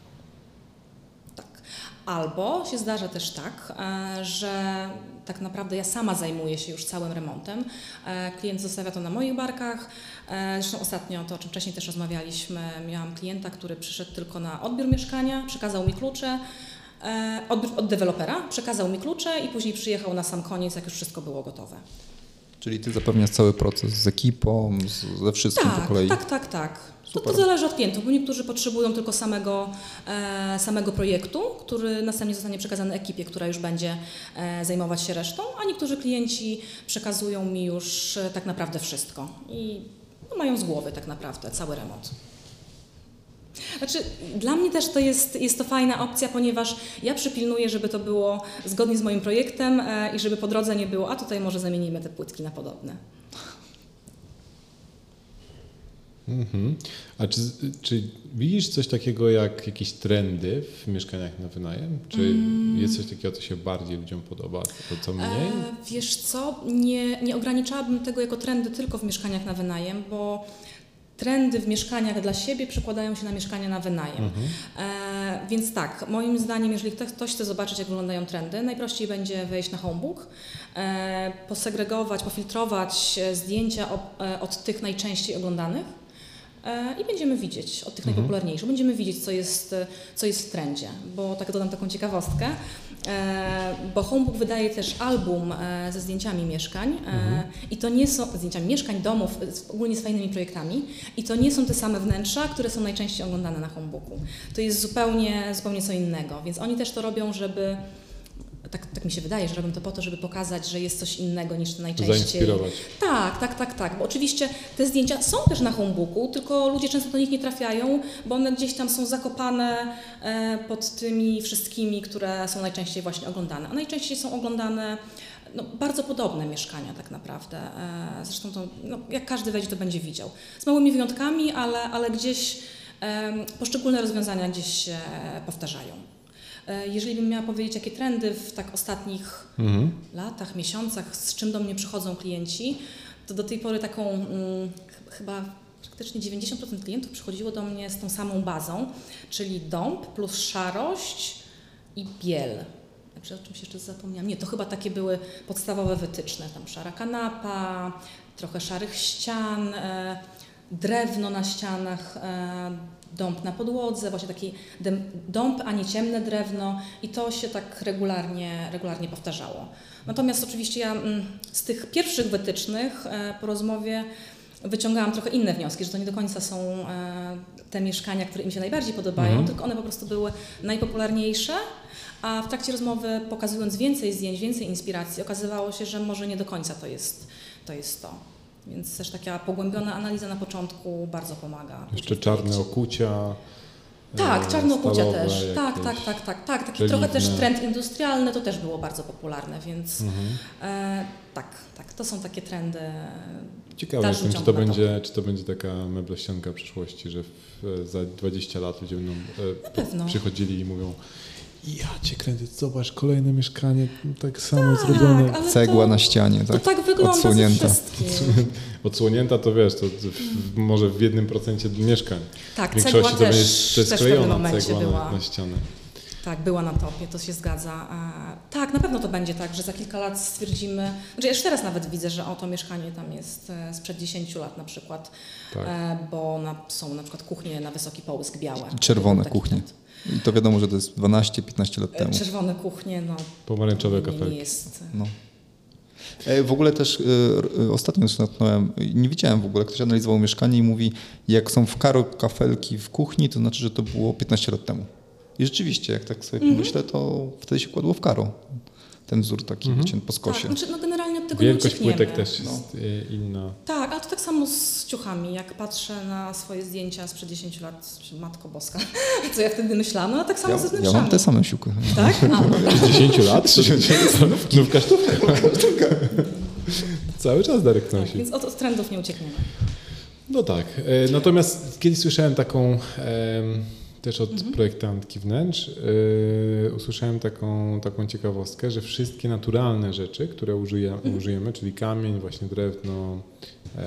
Albo się zdarza też tak, że tak naprawdę ja sama zajmuję się już całym remontem. Klient zostawia to na moich barkach. Zresztą ostatnio, to o czym wcześniej też rozmawialiśmy, miałam klienta, który przyszedł tylko na odbiór mieszkania, przekazał mi klucze, odbiór od dewelopera, przekazał mi klucze i później przyjechał na sam koniec, jak już wszystko było gotowe. Czyli ty zapewniasz cały proces z ekipą, z, ze wszystkim tak, po kolei? Tak, tak, tak. To, to zależy od klientów, bo niektórzy potrzebują tylko samego, e, samego projektu, który następnie zostanie przekazany ekipie, która już będzie e, zajmować się resztą, a niektórzy klienci przekazują mi już e, tak naprawdę wszystko i no, mają z głowy tak naprawdę cały remont. Znaczy, dla mnie też to jest, jest to fajna opcja, ponieważ ja przypilnuję, żeby to było zgodnie z moim projektem e, i żeby po drodze nie było, a tutaj może zamienimy te płytki na podobne. Mm-hmm. A czy, czy widzisz coś takiego jak jakieś trendy w mieszkaniach na wynajem? Czy mm. jest coś takiego, co się bardziej ludziom podoba, to co mniej? E, wiesz co, nie, nie ograniczałabym tego jako trendy tylko w mieszkaniach na wynajem, bo trendy w mieszkaniach dla siebie przekładają się na mieszkania na wynajem. Mm-hmm. E, więc tak, moim zdaniem, jeżeli ktoś chce zobaczyć, jak wyglądają trendy, najprościej będzie wejść na Homebook, e, posegregować, pofiltrować zdjęcia od, od tych najczęściej oglądanych, i będziemy widzieć od tych mhm. najpopularniejszych, będziemy widzieć, co jest, co jest w trendzie, bo tak dodam taką ciekawostkę, bo Homebook wydaje też album ze zdjęciami mieszkań mhm. i to nie są zdjęciami mieszkań, domów, ogólnie z fajnymi projektami i to nie są te same wnętrza, które są najczęściej oglądane na Homebooku. To jest zupełnie, zupełnie co innego, więc oni też to robią, żeby Tak, tak mi się wydaje, że robią to po to, żeby pokazać, że jest coś innego niż najczęściej. Zainspirować. Tak, tak, tak, tak. Bo oczywiście te zdjęcia są też na Homebooku, tylko ludzie często do nich nie trafiają, bo one gdzieś tam są zakopane pod tymi wszystkimi, które są najczęściej właśnie oglądane. A najczęściej są oglądane no, bardzo podobne mieszkania tak naprawdę. Zresztą to, no, jak każdy wejdzie, to będzie widział. Z małymi wyjątkami, ale, ale gdzieś Poszczególne rozwiązania gdzieś się powtarzają. Jeżeli bym miała powiedzieć, jakie trendy w tak ostatnich mhm. latach, miesiącach, z czym do mnie przychodzą klienci, to do tej pory taką hmm, chyba praktycznie dziewięćdziesiąt procent klientów przychodziło do mnie z tą samą bazą, czyli dąb plus szarość i biel. Także o czymś jeszcze zapomniałam. Nie, to chyba takie były podstawowe wytyczne. Tam szara kanapa, trochę szarych ścian, e, drewno na ścianach, e, dąb na podłodze, właśnie taki dąb, a nie ciemne drewno i to się tak regularnie, regularnie powtarzało. Natomiast oczywiście ja m, z tych pierwszych wytycznych e, po rozmowie wyciągałam trochę inne wnioski, że to nie do końca są e, te mieszkania, które im się najbardziej podobają, mhm. tylko one po prostu były najpopularniejsze, a w trakcie rozmowy, pokazując więcej zdjęć, więcej inspiracji, okazywało się, że może nie do końca to jest to. Jest to. Więc też taka pogłębiona analiza na początku bardzo pomaga. Jeszcze czarne okucia. Tak, czarne okucia też. Tak, tak, tak, tak, tak. Taki żeliwne. Trochę też trend industrialny, to też było bardzo popularne, więc mhm. e, tak, tak, to są takie trendy. Ciekawe jestem, czy to, będzie, czy to będzie taka meblościanka przyszłości, że w, za dwadzieścia lat ludzie będą e, przychodzili i mówią: ja cię kręcę, zobacz, kolejne mieszkanie, tak samo tak, zrobione. Cegła to, na ścianie, tak? To tak wygląda odsłonięta. Odsłonięta to wiesz, to, to w, może w jednym procencie mieszkań. Tak, w większości cegła to też, będzie też w pewnym momencie cegła była. Na, na ścianę. Tak, była na topie, to się zgadza. Tak, na pewno to będzie tak, że za kilka lat stwierdzimy, znaczy ja już teraz nawet widzę, że o, to mieszkanie tam jest sprzed dziesięciu lat na przykład, tak. bo na, są na przykład kuchnie na wysoki połysk białe. I czerwone kuchnie. I to wiadomo, że to jest dwanaście piętnaście lat temu. Czerwone kuchnie, no. Pomarańczowe kafelki. Nie jest. No. W ogóle też y, ostatnio się natknąłem, nie widziałem w ogóle, ktoś analizował mieszkanie i mówi, jak są w karo kafelki w kuchni, to znaczy, że to było piętnaście lat temu. I rzeczywiście, jak tak sobie mm-hmm. myślę, to wtedy się kładło w karo. Ten wzór taki, mm-hmm. wiecie, po skosie. Tak, znaczy, no generalnie od tego Wielkość nie uciekniemy. płytek też jest no. inna. Tak, a to tak samo z ciuchami. Jak patrzę na swoje zdjęcia sprzed dziesięciu lat, Matko Boska, co ja wtedy myślałam, no a tak samo ja, ze wnętrzami. Ja mam te same siuchy. Tak? Z dziesięciu lat? Znówka sztuka. Cały czas Darek nosi. Tak, więc od, od trendów nie uciekniemy. No tak. Natomiast kiedyś słyszałem taką... też od mhm. projektantki wnętrz, yy, usłyszałem taką, taką ciekawostkę, że wszystkie naturalne rzeczy, które użyje, mhm. użyjemy, czyli kamień, właśnie drewno, yy,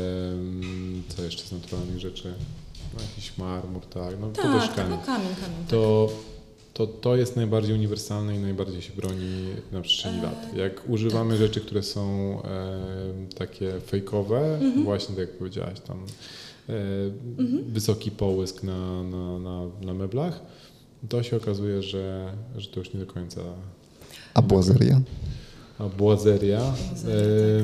co jeszcze z naturalnych rzeczy, no, jakiś marmur, tak, no tak, to też kamień. No, kamień, kamień to, to, to jest najbardziej uniwersalne i najbardziej się broni na przestrzeni e... lat. Jak używamy tak. rzeczy, które są e, takie fejkowe, mhm. właśnie tak jak powiedziałaś tam, Mhm. wysoki połysk na, na, na, na meblach, to się okazuje, że, że to już nie do końca... A błazeria? A błazeria? E,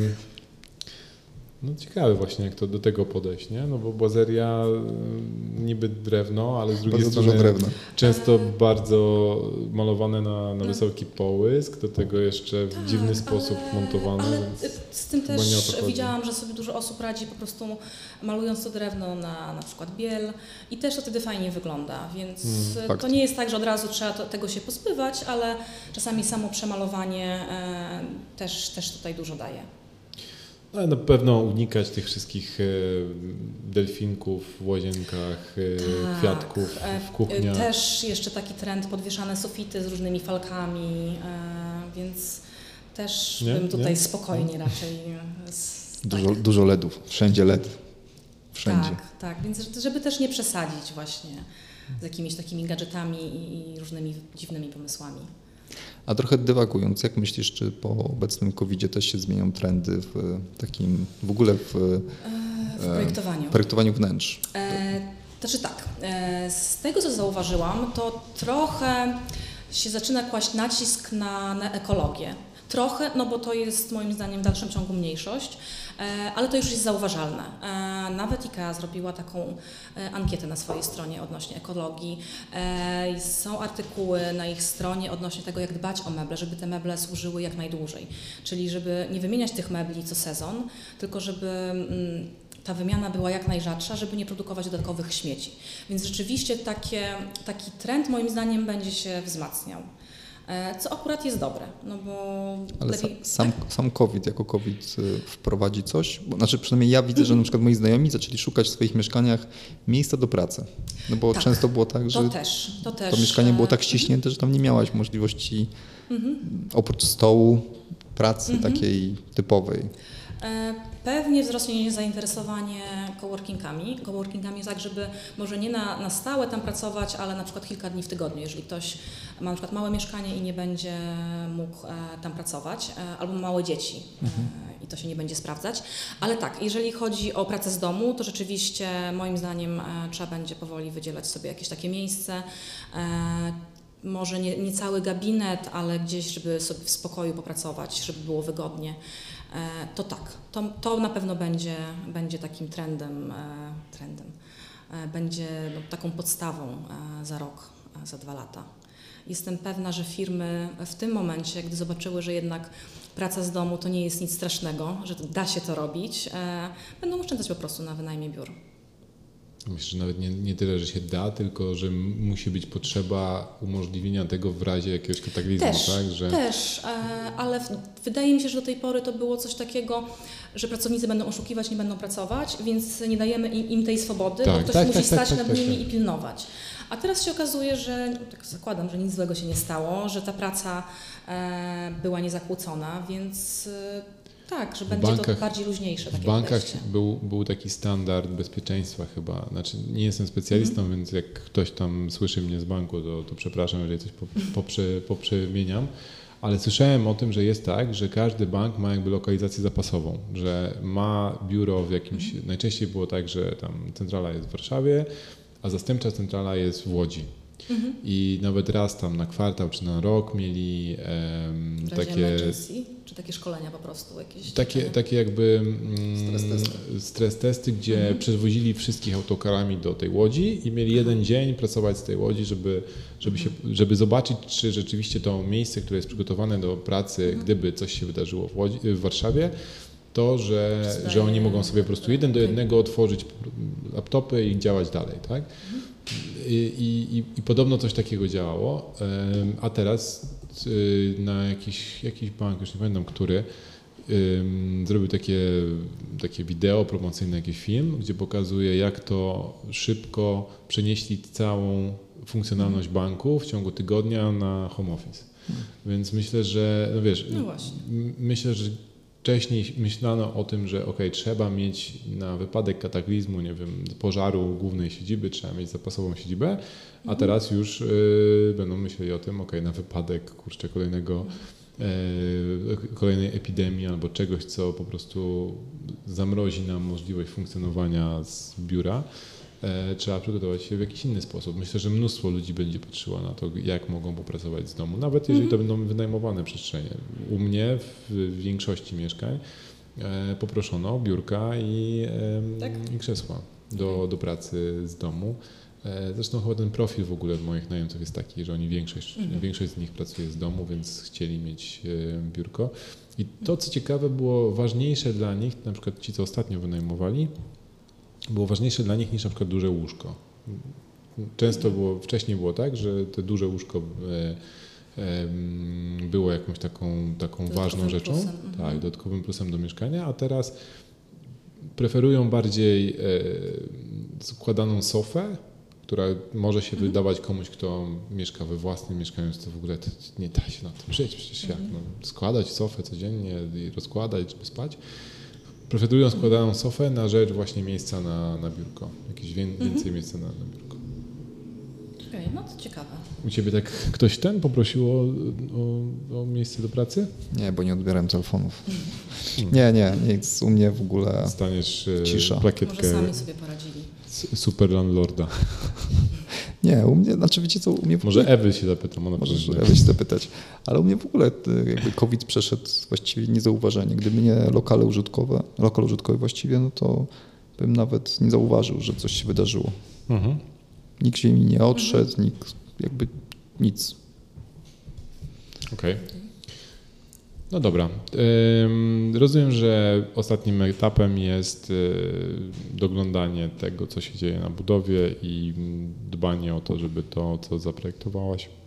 no ciekawe właśnie, jak to do tego podejść, nie? No bo błazeria niby drewno, ale z drugiej bardzo strony drewno. często bardzo malowane na, na wysoki połysk, do tego jeszcze w tak, dziwny ale, sposób montowane. Ale z tym też widziałam, że sobie dużo osób radzi po prostu malując to drewno na na przykład biel i też to wtedy fajnie wygląda, więc hmm, to nie jest tak, że od razu trzeba to, tego się pozbywać, ale czasami samo przemalowanie e, też, też tutaj dużo daje. No, na pewno unikać tych wszystkich e, delfinków w łazienkach, e, tak, kwiatków w kuchniach. Też jeszcze taki trend, podwieszane sufity z różnymi falkami, e, więc też nie? bym tutaj nie? spokojnie raczej... Z, dużo, tak. dużo ledów, wszędzie L E D. Wszędzie. Tak, tak, więc żeby też nie przesadzić właśnie z jakimiś takimi gadżetami i, i różnymi dziwnymi pomysłami. A trochę dywagując, jak myślisz, czy po obecnym kowidzie też się zmienią trendy w takim, w ogóle w, w projektowaniu. projektowaniu wnętrz? E, to znaczy tak, e, z tego co zauważyłam, to trochę się zaczyna kłaść nacisk na, na ekologię. Trochę, no bo to jest moim zdaniem w dalszym ciągu mniejszość, ale to już jest zauważalne. Nawet IKEA zrobiła taką ankietę na swojej stronie odnośnie ekologii. Są artykuły na ich stronie odnośnie tego, jak dbać o meble, żeby te meble służyły jak najdłużej. Czyli żeby nie wymieniać tych mebli co sezon, tylko żeby ta wymiana była jak najrzadsza, żeby nie produkować dodatkowych śmieci. Więc rzeczywiście takie, taki trend moim zdaniem będzie się wzmacniał. co akurat jest dobre, no bo Ale lepiej, sam, tak? sam COVID, jako COVID wprowadzi coś? Bo, znaczy przynajmniej ja widzę, że na przykład moi znajomi zaczęli szukać w swoich mieszkaniach miejsca do pracy. No bo Tak, często było tak, że to, też, to, też, to mieszkanie było tak ściśnięte, że tam nie miałaś możliwości mhm. oprócz stołu pracy mhm. takiej typowej. Pewnie wzrośnie zainteresowanie coworkingami. Coworkingami tak, żeby może nie na, na stałe tam pracować, ale na przykład kilka dni w tygodniu. Jeżeli ktoś ma na przykład małe mieszkanie i nie będzie mógł e, tam pracować, e, albo małe dzieci mhm. e, i to się nie będzie sprawdzać. Ale tak, jeżeli chodzi o pracę z domu, to rzeczywiście moim zdaniem e, trzeba będzie powoli wydzielać sobie jakieś takie miejsce. E, może nie, nie cały gabinet, ale gdzieś, żeby sobie w spokoju popracować, żeby było wygodnie. To tak, to, to na pewno będzie, będzie takim trendem, trendem. Będzie no, taką podstawą za rok, za dwa lata. Jestem pewna, że firmy w tym momencie, gdy zobaczyły, że jednak praca z domu to nie jest nic strasznego, że da się to robić, będą oszczędzać po prostu na wynajmie biur. Myślę, że nawet nie, nie tyle, że się da, tylko że musi być potrzeba umożliwienia tego w razie jakiegoś kataklizmu, też, tak? Że... Też, ale wydaje mi się, że do tej pory to było coś takiego, że pracownicy będą oszukiwać, nie będą pracować, więc nie dajemy im, im tej swobody, tak, bo ktoś tak, musi tak, stać tak, nad tak, nimi tak. i pilnować. A teraz się okazuje, że, tak zakładam, że nic złego się nie stało, że ta praca była niezakłócona, więc... Tak, że będzie bankach, to bardziej luźniejsze. W bankach był, był taki standard bezpieczeństwa chyba. Znaczy, nie jestem specjalistą, mm. więc jak ktoś tam słyszy mnie z banku, to, to przepraszam, jeżeli coś poprze, poprzemieniam. Ale słyszałem o tym, że jest tak, że każdy bank ma jakby lokalizację zapasową, że ma biuro w jakimś... Mm. Najczęściej było tak, że tam centrala jest w Warszawie, a zastępcza centrala jest w Łodzi. Mhm. I nawet raz tam na kwartał czy na rok mieli um, takie... emergency, czy takie szkolenia po prostu? Jakieś takie, takie jakby um, stres testy, stres testy gdzie mhm. przewozili wszystkich autokarami do tej Łodzi i mieli mhm. jeden dzień pracować z tej Łodzi, żeby, żeby, mhm. się, żeby zobaczyć, czy rzeczywiście to miejsce, które jest przygotowane do pracy, mhm. gdyby coś się wydarzyło w, Łodzi, w Warszawie, to, że, że oni mogą sobie po prostu jeden do jednego otworzyć laptopy i działać dalej, tak? Mhm. I, i, I podobno coś takiego działało, a teraz na jakiś, jakiś bank, już nie pamiętam który, zrobił takie, takie wideo promocyjne, jakiś film, gdzie pokazuje, jak to szybko przenieśli całą funkcjonalność banku w ciągu tygodnia na home office. Hmm. Więc myślę, że, no wiesz, no właśnie. myślę, że wcześniej myślano o tym, że ok, trzeba mieć na wypadek kataklizmu, nie wiem, pożaru głównej siedziby, trzeba mieć zapasową siedzibę, a mhm. teraz już y, będą myśleli o tym, ok, na wypadek kurczę kolejnego, y, kolejnej epidemii albo czegoś, co po prostu zamrozi nam możliwość funkcjonowania z biura. Trzeba przygotować się w jakiś inny sposób. Myślę, że mnóstwo ludzi będzie patrzyło na to, jak mogą popracować z domu, nawet jeżeli to będą wynajmowane przestrzenie. U mnie w większości mieszkań poproszono biurka i, tak? i krzesła do, do pracy z domu. Zresztą chyba ten profil w ogóle moich najemców jest taki, że oni większość, mhm. większość z nich pracuje z domu, więc chcieli mieć biurko. I to, co ciekawe, było ważniejsze dla nich, na przykład ci, co ostatnio wynajmowali, było ważniejsze dla nich niż na przykład duże łóżko. Często było, wcześniej było tak, że to duże łóżko e, e, było jakąś taką, taką ważną rzeczą, plusem. tak, dodatkowym plusem do mieszkania, a teraz preferują bardziej e, składaną sofę, która może się mhm. wydawać komuś, kto mieszka we własnym mieszkaniu, to w ogóle to nie da się na tym żyć, przecież jak no, składać sofę codziennie i rozkładać, żeby spać. Preferują składaną sofę na rzecz właśnie miejsca na, na biurko. Jakieś wie, więcej mhm. miejsca na, na biurko. Okej, okay, no to ciekawe. U Ciebie tak ktoś ten poprosił o, o, o miejsce do pracy? Nie, bo nie odbieram telefonów. Hmm. Nie, nie, nic. U mnie w ogóle Staniesz cisza. Plakietkę. Może sami sobie poradzili. Super landlorda. Nie, u mnie, znaczy wiecie co, u mnie w Może ogóle... Ewy się zapytam. Ona Możesz Ewy się zapytać. Ale u mnie w ogóle jakby COVID przeszedł właściwie niezauważenie. Gdyby nie lokale użytkowe, lokal użytkowy właściwie, no to bym nawet nie zauważył, że coś się wydarzyło. Mhm. Nikt się mi nie odszedł, mhm. nikt jakby nic. Okej. Okay. No dobra. Rozumiem, że ostatnim etapem jest doglądanie tego, co się dzieje na budowie i dbanie o to, żeby to, co zaprojektowałaś,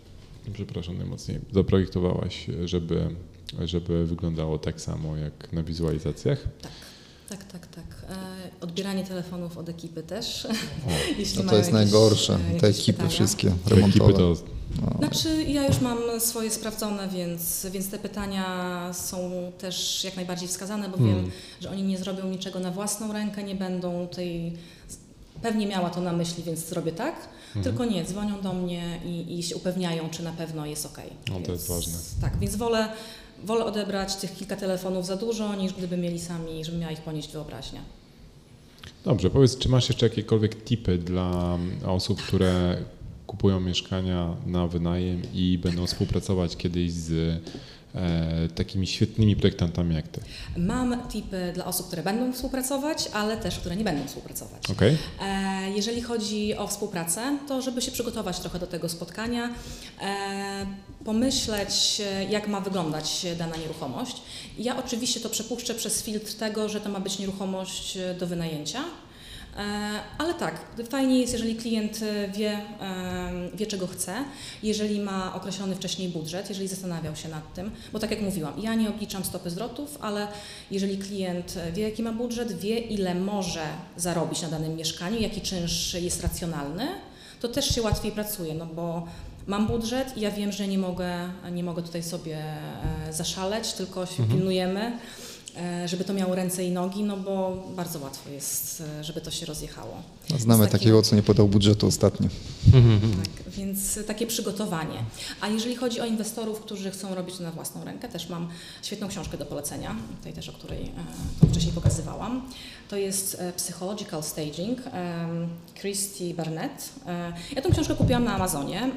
przepraszam najmocniej, zaprojektowałaś, żeby, żeby wyglądało tak samo jak na wizualizacjach? Tak. Tak, tak, tak. Odbieranie telefonów od ekipy też. Jeśli no to jest jakieś, najgorsze, te ekipy pytania. Wszystkie remontowe. To... No. Znaczy ja już mam swoje sprawdzone, więc, więc te pytania są też jak najbardziej wskazane, bo hmm. wiem, że oni nie zrobią niczego na własną rękę, nie będą tej... Pewnie miała to na myśli, więc zrobię tak, mhm. tylko nie, dzwonią do mnie i, i się upewniają, czy na pewno jest ok. No więc, to jest ważne. Tak, więc wolę, wolę odebrać tych kilka telefonów za dużo, niż gdyby mieli sami, żeby miała ich ponieść wyobraźnia. Dobrze, powiedz, czy masz jeszcze jakiekolwiek tipy dla osób, które kupują mieszkania na wynajem i będą współpracować kiedyś z e, takimi świetnymi projektantami jak ty? Mam tipy dla osób, które będą współpracować, ale też, które nie będą współpracować. Okay. E, jeżeli chodzi o współpracę, to żeby się przygotować trochę do tego spotkania, e, pomyśleć, jak ma wyglądać dana nieruchomość. Ja oczywiście to przepuszczę przez filtr tego, że to ma być nieruchomość do wynajęcia. Ale tak, fajnie jest, jeżeli klient wie, wie, czego chce, jeżeli ma określony wcześniej budżet, jeżeli zastanawiał się nad tym, bo tak jak mówiłam, ja nie obliczam stopy zwrotów, ale jeżeli klient wie, jaki ma budżet, wie, ile może zarobić na danym mieszkaniu, jaki czynsz jest racjonalny, to też się łatwiej pracuje, no bo mam budżet i ja wiem, że nie mogę, nie mogę tutaj sobie zaszaleć, tylko się mhm. pilnujemy, żeby to miało ręce i nogi, no bo bardzo łatwo jest, żeby to się rozjechało. No, znamy takie... takiego, co nie podał budżetu ostatnio. Tak, więc takie przygotowanie. A jeżeli chodzi o inwestorów, którzy chcą robić to na własną rękę, też mam świetną książkę do polecenia, tej też, o której to wcześniej pokazywałam. To jest Psychological Staging, Christy Barnett. Ja tę książkę kupiłam na Amazonie.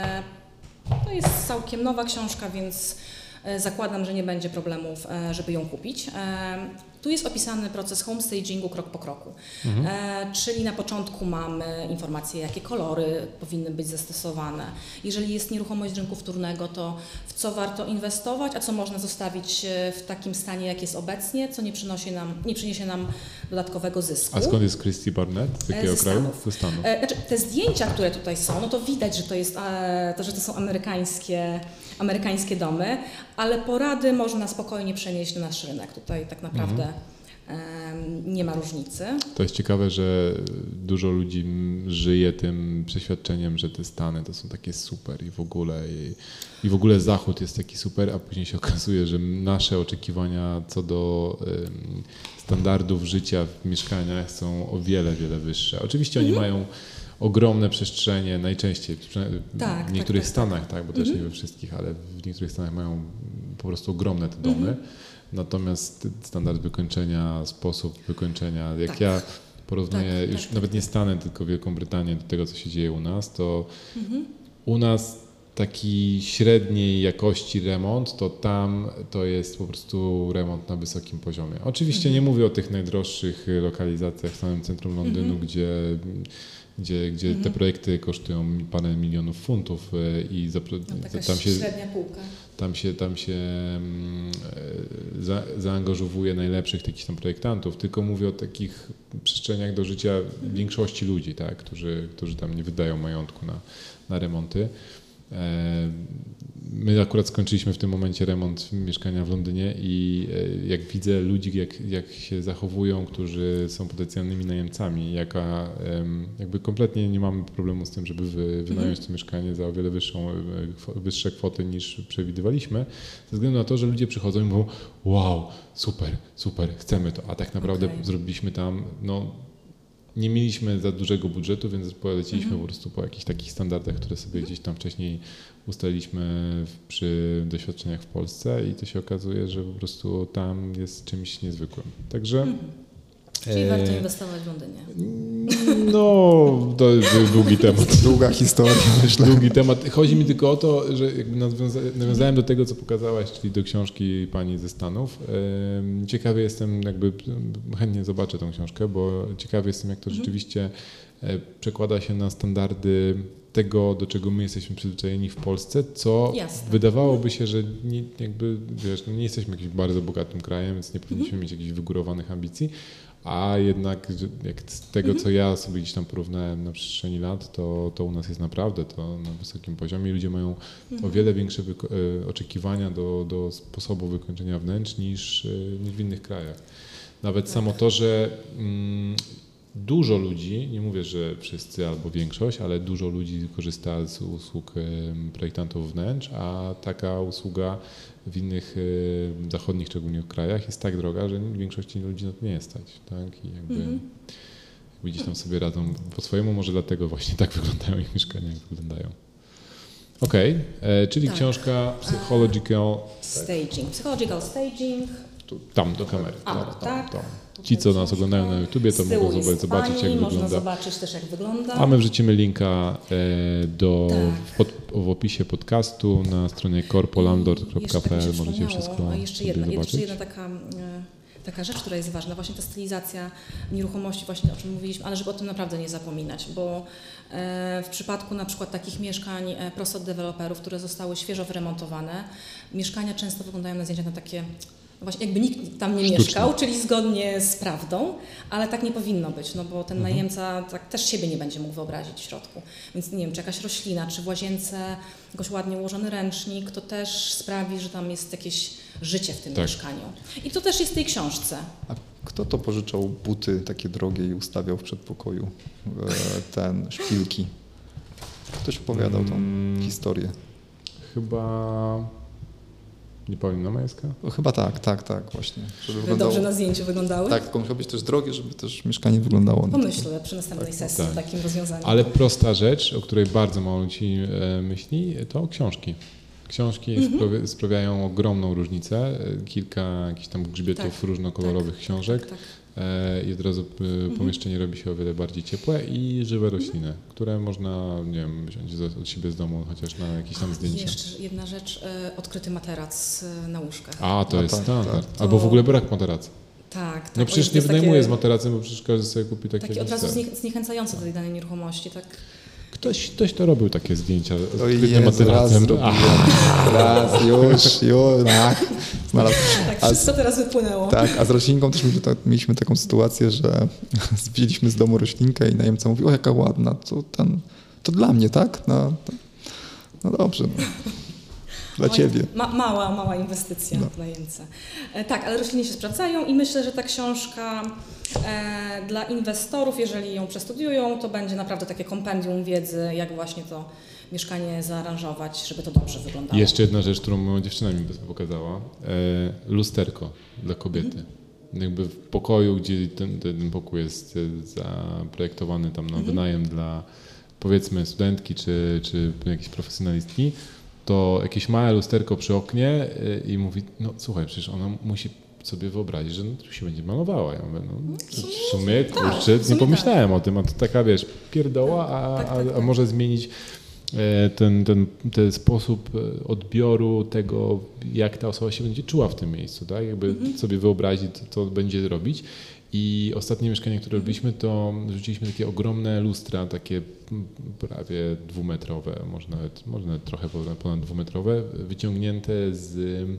To jest całkiem nowa książka, więc zakładam, że nie będzie problemów, żeby ją kupić. Tu jest opisany proces homestagingu krok po kroku, mhm. czyli na początku mamy informacje, jakie kolory powinny być zastosowane. Jeżeli jest nieruchomość z rynku wtórnego, to w co warto inwestować, a co można zostawić w takim stanie, jak jest obecnie, co nie przynosi nam, nie przyniesie nam dodatkowego zysku. A skąd jest Christy Barnett? Z jakiego z kraju? Ze Stanów. Znaczy, te zdjęcia, które tutaj są, no to widać, że to, jest, to, że to są amerykańskie, amerykańskie domy, ale porady można spokojnie przenieść na nasz rynek. Tutaj tak naprawdę mhm. nie ma różnicy. To jest ciekawe, że dużo ludzi żyje tym przeświadczeniem, że te Stany to są takie super i w ogóle i, i w ogóle Zachód jest taki super, a później się okazuje, że nasze oczekiwania co do um, standardów życia w mieszkaniach są o wiele, wiele wyższe. Oczywiście mhm. oni mają ogromne przestrzenie, najczęściej tak, w niektórych tak, tak, stanach, tak, bo mhm. też nie we wszystkich, ale w niektórych stanach mają po prostu ogromne te domy. Mhm. Natomiast standard wykończenia, sposób wykończenia, jak tak. ja porównuję tak, już tak, nawet tak. nie Stany, tylko Wielką Brytanię do tego, co się dzieje u nas, to mhm. u nas taki średniej jakości remont, to tam to jest po prostu remont na wysokim poziomie. Oczywiście mhm. nie mówię o tych najdroższych lokalizacjach w samym centrum Londynu, mhm. gdzie gdzie, gdzie mhm. te projekty kosztują parę milionów funtów i za, no, tam się średnia półka. Tam się, tam się za, zaangażowuje najlepszych takich tam projektantów, tylko mówię o takich przestrzeniach do życia mhm. większości ludzi, tak, którzy, którzy tam nie wydają majątku na, na remonty. My akurat skończyliśmy w tym momencie remont mieszkania w Londynie i jak widzę ludzi, jak, jak się zachowują, którzy są potencjalnymi najemcami, jaka jakby kompletnie nie mamy problemu z tym, żeby wy, wynająć mm. to mieszkanie za o wiele wyższą, wyższe kwoty niż przewidywaliśmy, ze względu na to, że ludzie przychodzą i mówią: wow, super, super, chcemy to, a tak naprawdę okay. zrobiliśmy tam, no nie mieliśmy za dużego budżetu, więc poleciliśmy mhm. po prostu po jakichś takich standardach, które sobie gdzieś tam wcześniej ustaliliśmy przy doświadczeniach w Polsce i to się okazuje, że po prostu tam jest czymś niezwykłym. Także... Mhm. Czyli e... warto inwestować w Londynie. No, to jest długi temat. Długa historia, myślę. Długi temat. Chodzi mi tylko o to, że jakby nawiąza- nawiązałem do tego, co pokazałaś, czyli do książki pani ze Stanów. Ciekawy jestem, jakby chętnie zobaczę tą książkę, bo ciekawy jestem, jak to mhm. rzeczywiście przekłada się na standardy tego, do czego my jesteśmy przyzwyczajeni w Polsce, co Jasne. wydawałoby się, że nie, jakby, wiesz, no nie jesteśmy jakimś bardzo bogatym krajem, więc nie powinniśmy mhm. mieć jakichś wygórowanych ambicji, A jednak jak z tego, co ja sobie gdzieś tam porównałem na przestrzeni lat, to, to u nas jest naprawdę to na wysokim poziomie. Ludzie mają o wiele większe oczekiwania do, do sposobu wykończenia wnętrz niż, niż w innych krajach. Nawet tak. samo to, że mm, dużo ludzi, nie mówię, że wszyscy albo większość, ale dużo ludzi korzysta z usług projektantów wnętrz, a taka usługa w innych zachodnich, szczególnie krajach jest tak droga, że większości ludzi na to nie jest stać. Tak? I jakby, mm-hmm. jakby gdzieś tam sobie radzą po swojemu, może dlatego właśnie tak wyglądają ich mieszkania, jak wyglądają. Okej, okay. czyli tak. książka Psychological... Staging. Psychological Staging. Tu, tam do kamery. A, tam, tak. Tam, tam. Ci, co nas oglądają na YouTubie, to mogą zobaczyć, zobaczyć jak można wygląda. zobaczyć też, jak wygląda. A my wrzucimy linka e, do, tak. w, pod, w opisie podcastu na stronie korpolandlord kropka p l. Możecie wszystko a jeszcze jedna, zobaczyć. Jeszcze jedna taka, e, taka rzecz, która jest ważna, właśnie ta stylizacja nieruchomości, właśnie o czym mówiliśmy, ale żeby o tym naprawdę nie zapominać, bo e, w przypadku na przykład takich mieszkań e, prosto od deweloperów, które zostały świeżo wyremontowane, mieszkania często wyglądają na zdjęciach na takie... Właśnie jakby nikt tam nie Sztuczne. mieszkał, czyli zgodnie z prawdą, ale tak nie powinno być, no bo ten mhm. najemca tak też siebie nie będzie mógł wyobrazić w środku. Więc nie wiem, czy jakaś roślina, czy w łazience jakoś ładnie ułożony ręcznik, to też sprawi, że tam jest jakieś życie w tym tak. mieszkaniu. I to też jest w tej książce. A kto to pożyczał buty takie drogie i ustawiał w przedpokoju, ten szpilki? Ktoś opowiadał tą hmm. historię. Chyba... Nie Paulina Majewska? No, chyba tak, tak, tak, właśnie. Żeby wyglądało... dobrze na zdjęciu wyglądały? Tak, tylko musiało być też drogie, żeby też mieszkanie wyglądało. Pomyślę przy następnej tak, sesji tak. takim rozwiązaniem. Ale prosta rzecz, o której bardzo mało ludzi e, myśli, to książki. Książki mm-hmm. sprawi- sprawiają ogromną różnicę. Kilka jakichś tam grzbietów tak, różnokolorowych tak, książek. Tak, tak. I od razu mm-hmm. pomieszczenie robi się o wiele bardziej ciepłe i żywe rośliny, mm-hmm. które można, nie wiem, wziąć od siebie z domu, chociaż na jakieś tam zdjęcia. Jeszcze jedna rzecz, odkryty materac na łóżkach. A, to A, jest tak, standard. tak. Albo w ogóle brak materaca. Tak, tak. No przecież nie wynajmuję takie... z materacem, bo przecież każdy sobie kupi takie... Takie od razu zniech- zniechęcające do tej danej nieruchomości, tak? Ktoś, ktoś to robił takie zdjęcia z odkrytym materacem. Raz, już, już, tak. Znalazł. Tak, wszystko z, teraz wypłynęło. Tak, a z roślinką też mieliśmy, mieliśmy taką sytuację, że wzięliśmy z domu roślinkę i najemca mówi, o jaka ładna, to, ten, to dla mnie, tak? No, to, no dobrze, no. Dla Oj, ciebie. Ma, mała, mała inwestycja no. w najemcę. E, tak, ale rośliny się sprawdzają i myślę, że ta książka e, dla inwestorów, jeżeli ją przestudiują, to będzie naprawdę takie kompendium wiedzy, jak właśnie to mieszkanie zaaranżować, żeby to dobrze wyglądało. I jeszcze jedna rzecz, którą moja dziewczyna mi pokazała. E, lusterko dla kobiety. Mm-hmm. Jakby w pokoju, gdzie ten, ten pokój jest zaprojektowany tam na mm-hmm. wynajem dla, powiedzmy, studentki czy, czy jakiejś profesjonalistki, to jakieś małe lusterko przy oknie i mówi, no słuchaj, przecież ona musi sobie wyobrazić, że no, tu się będzie malowała. Ja mówię, no w sumie, kurczę, nie pomyślałem o tym, a to taka, wiesz, pierdoła, a, a, a może zmienić ten, ten, ten sposób odbioru tego, jak ta osoba się będzie czuła w tym miejscu, tak? Jakby mhm. sobie wyobrazić, co, co będzie robić. I ostatnie mieszkanie, które robiliśmy, to rzuciliśmy takie ogromne lustra, takie prawie dwumetrowe, może nawet, może nawet trochę ponad dwumetrowe, wyciągnięte z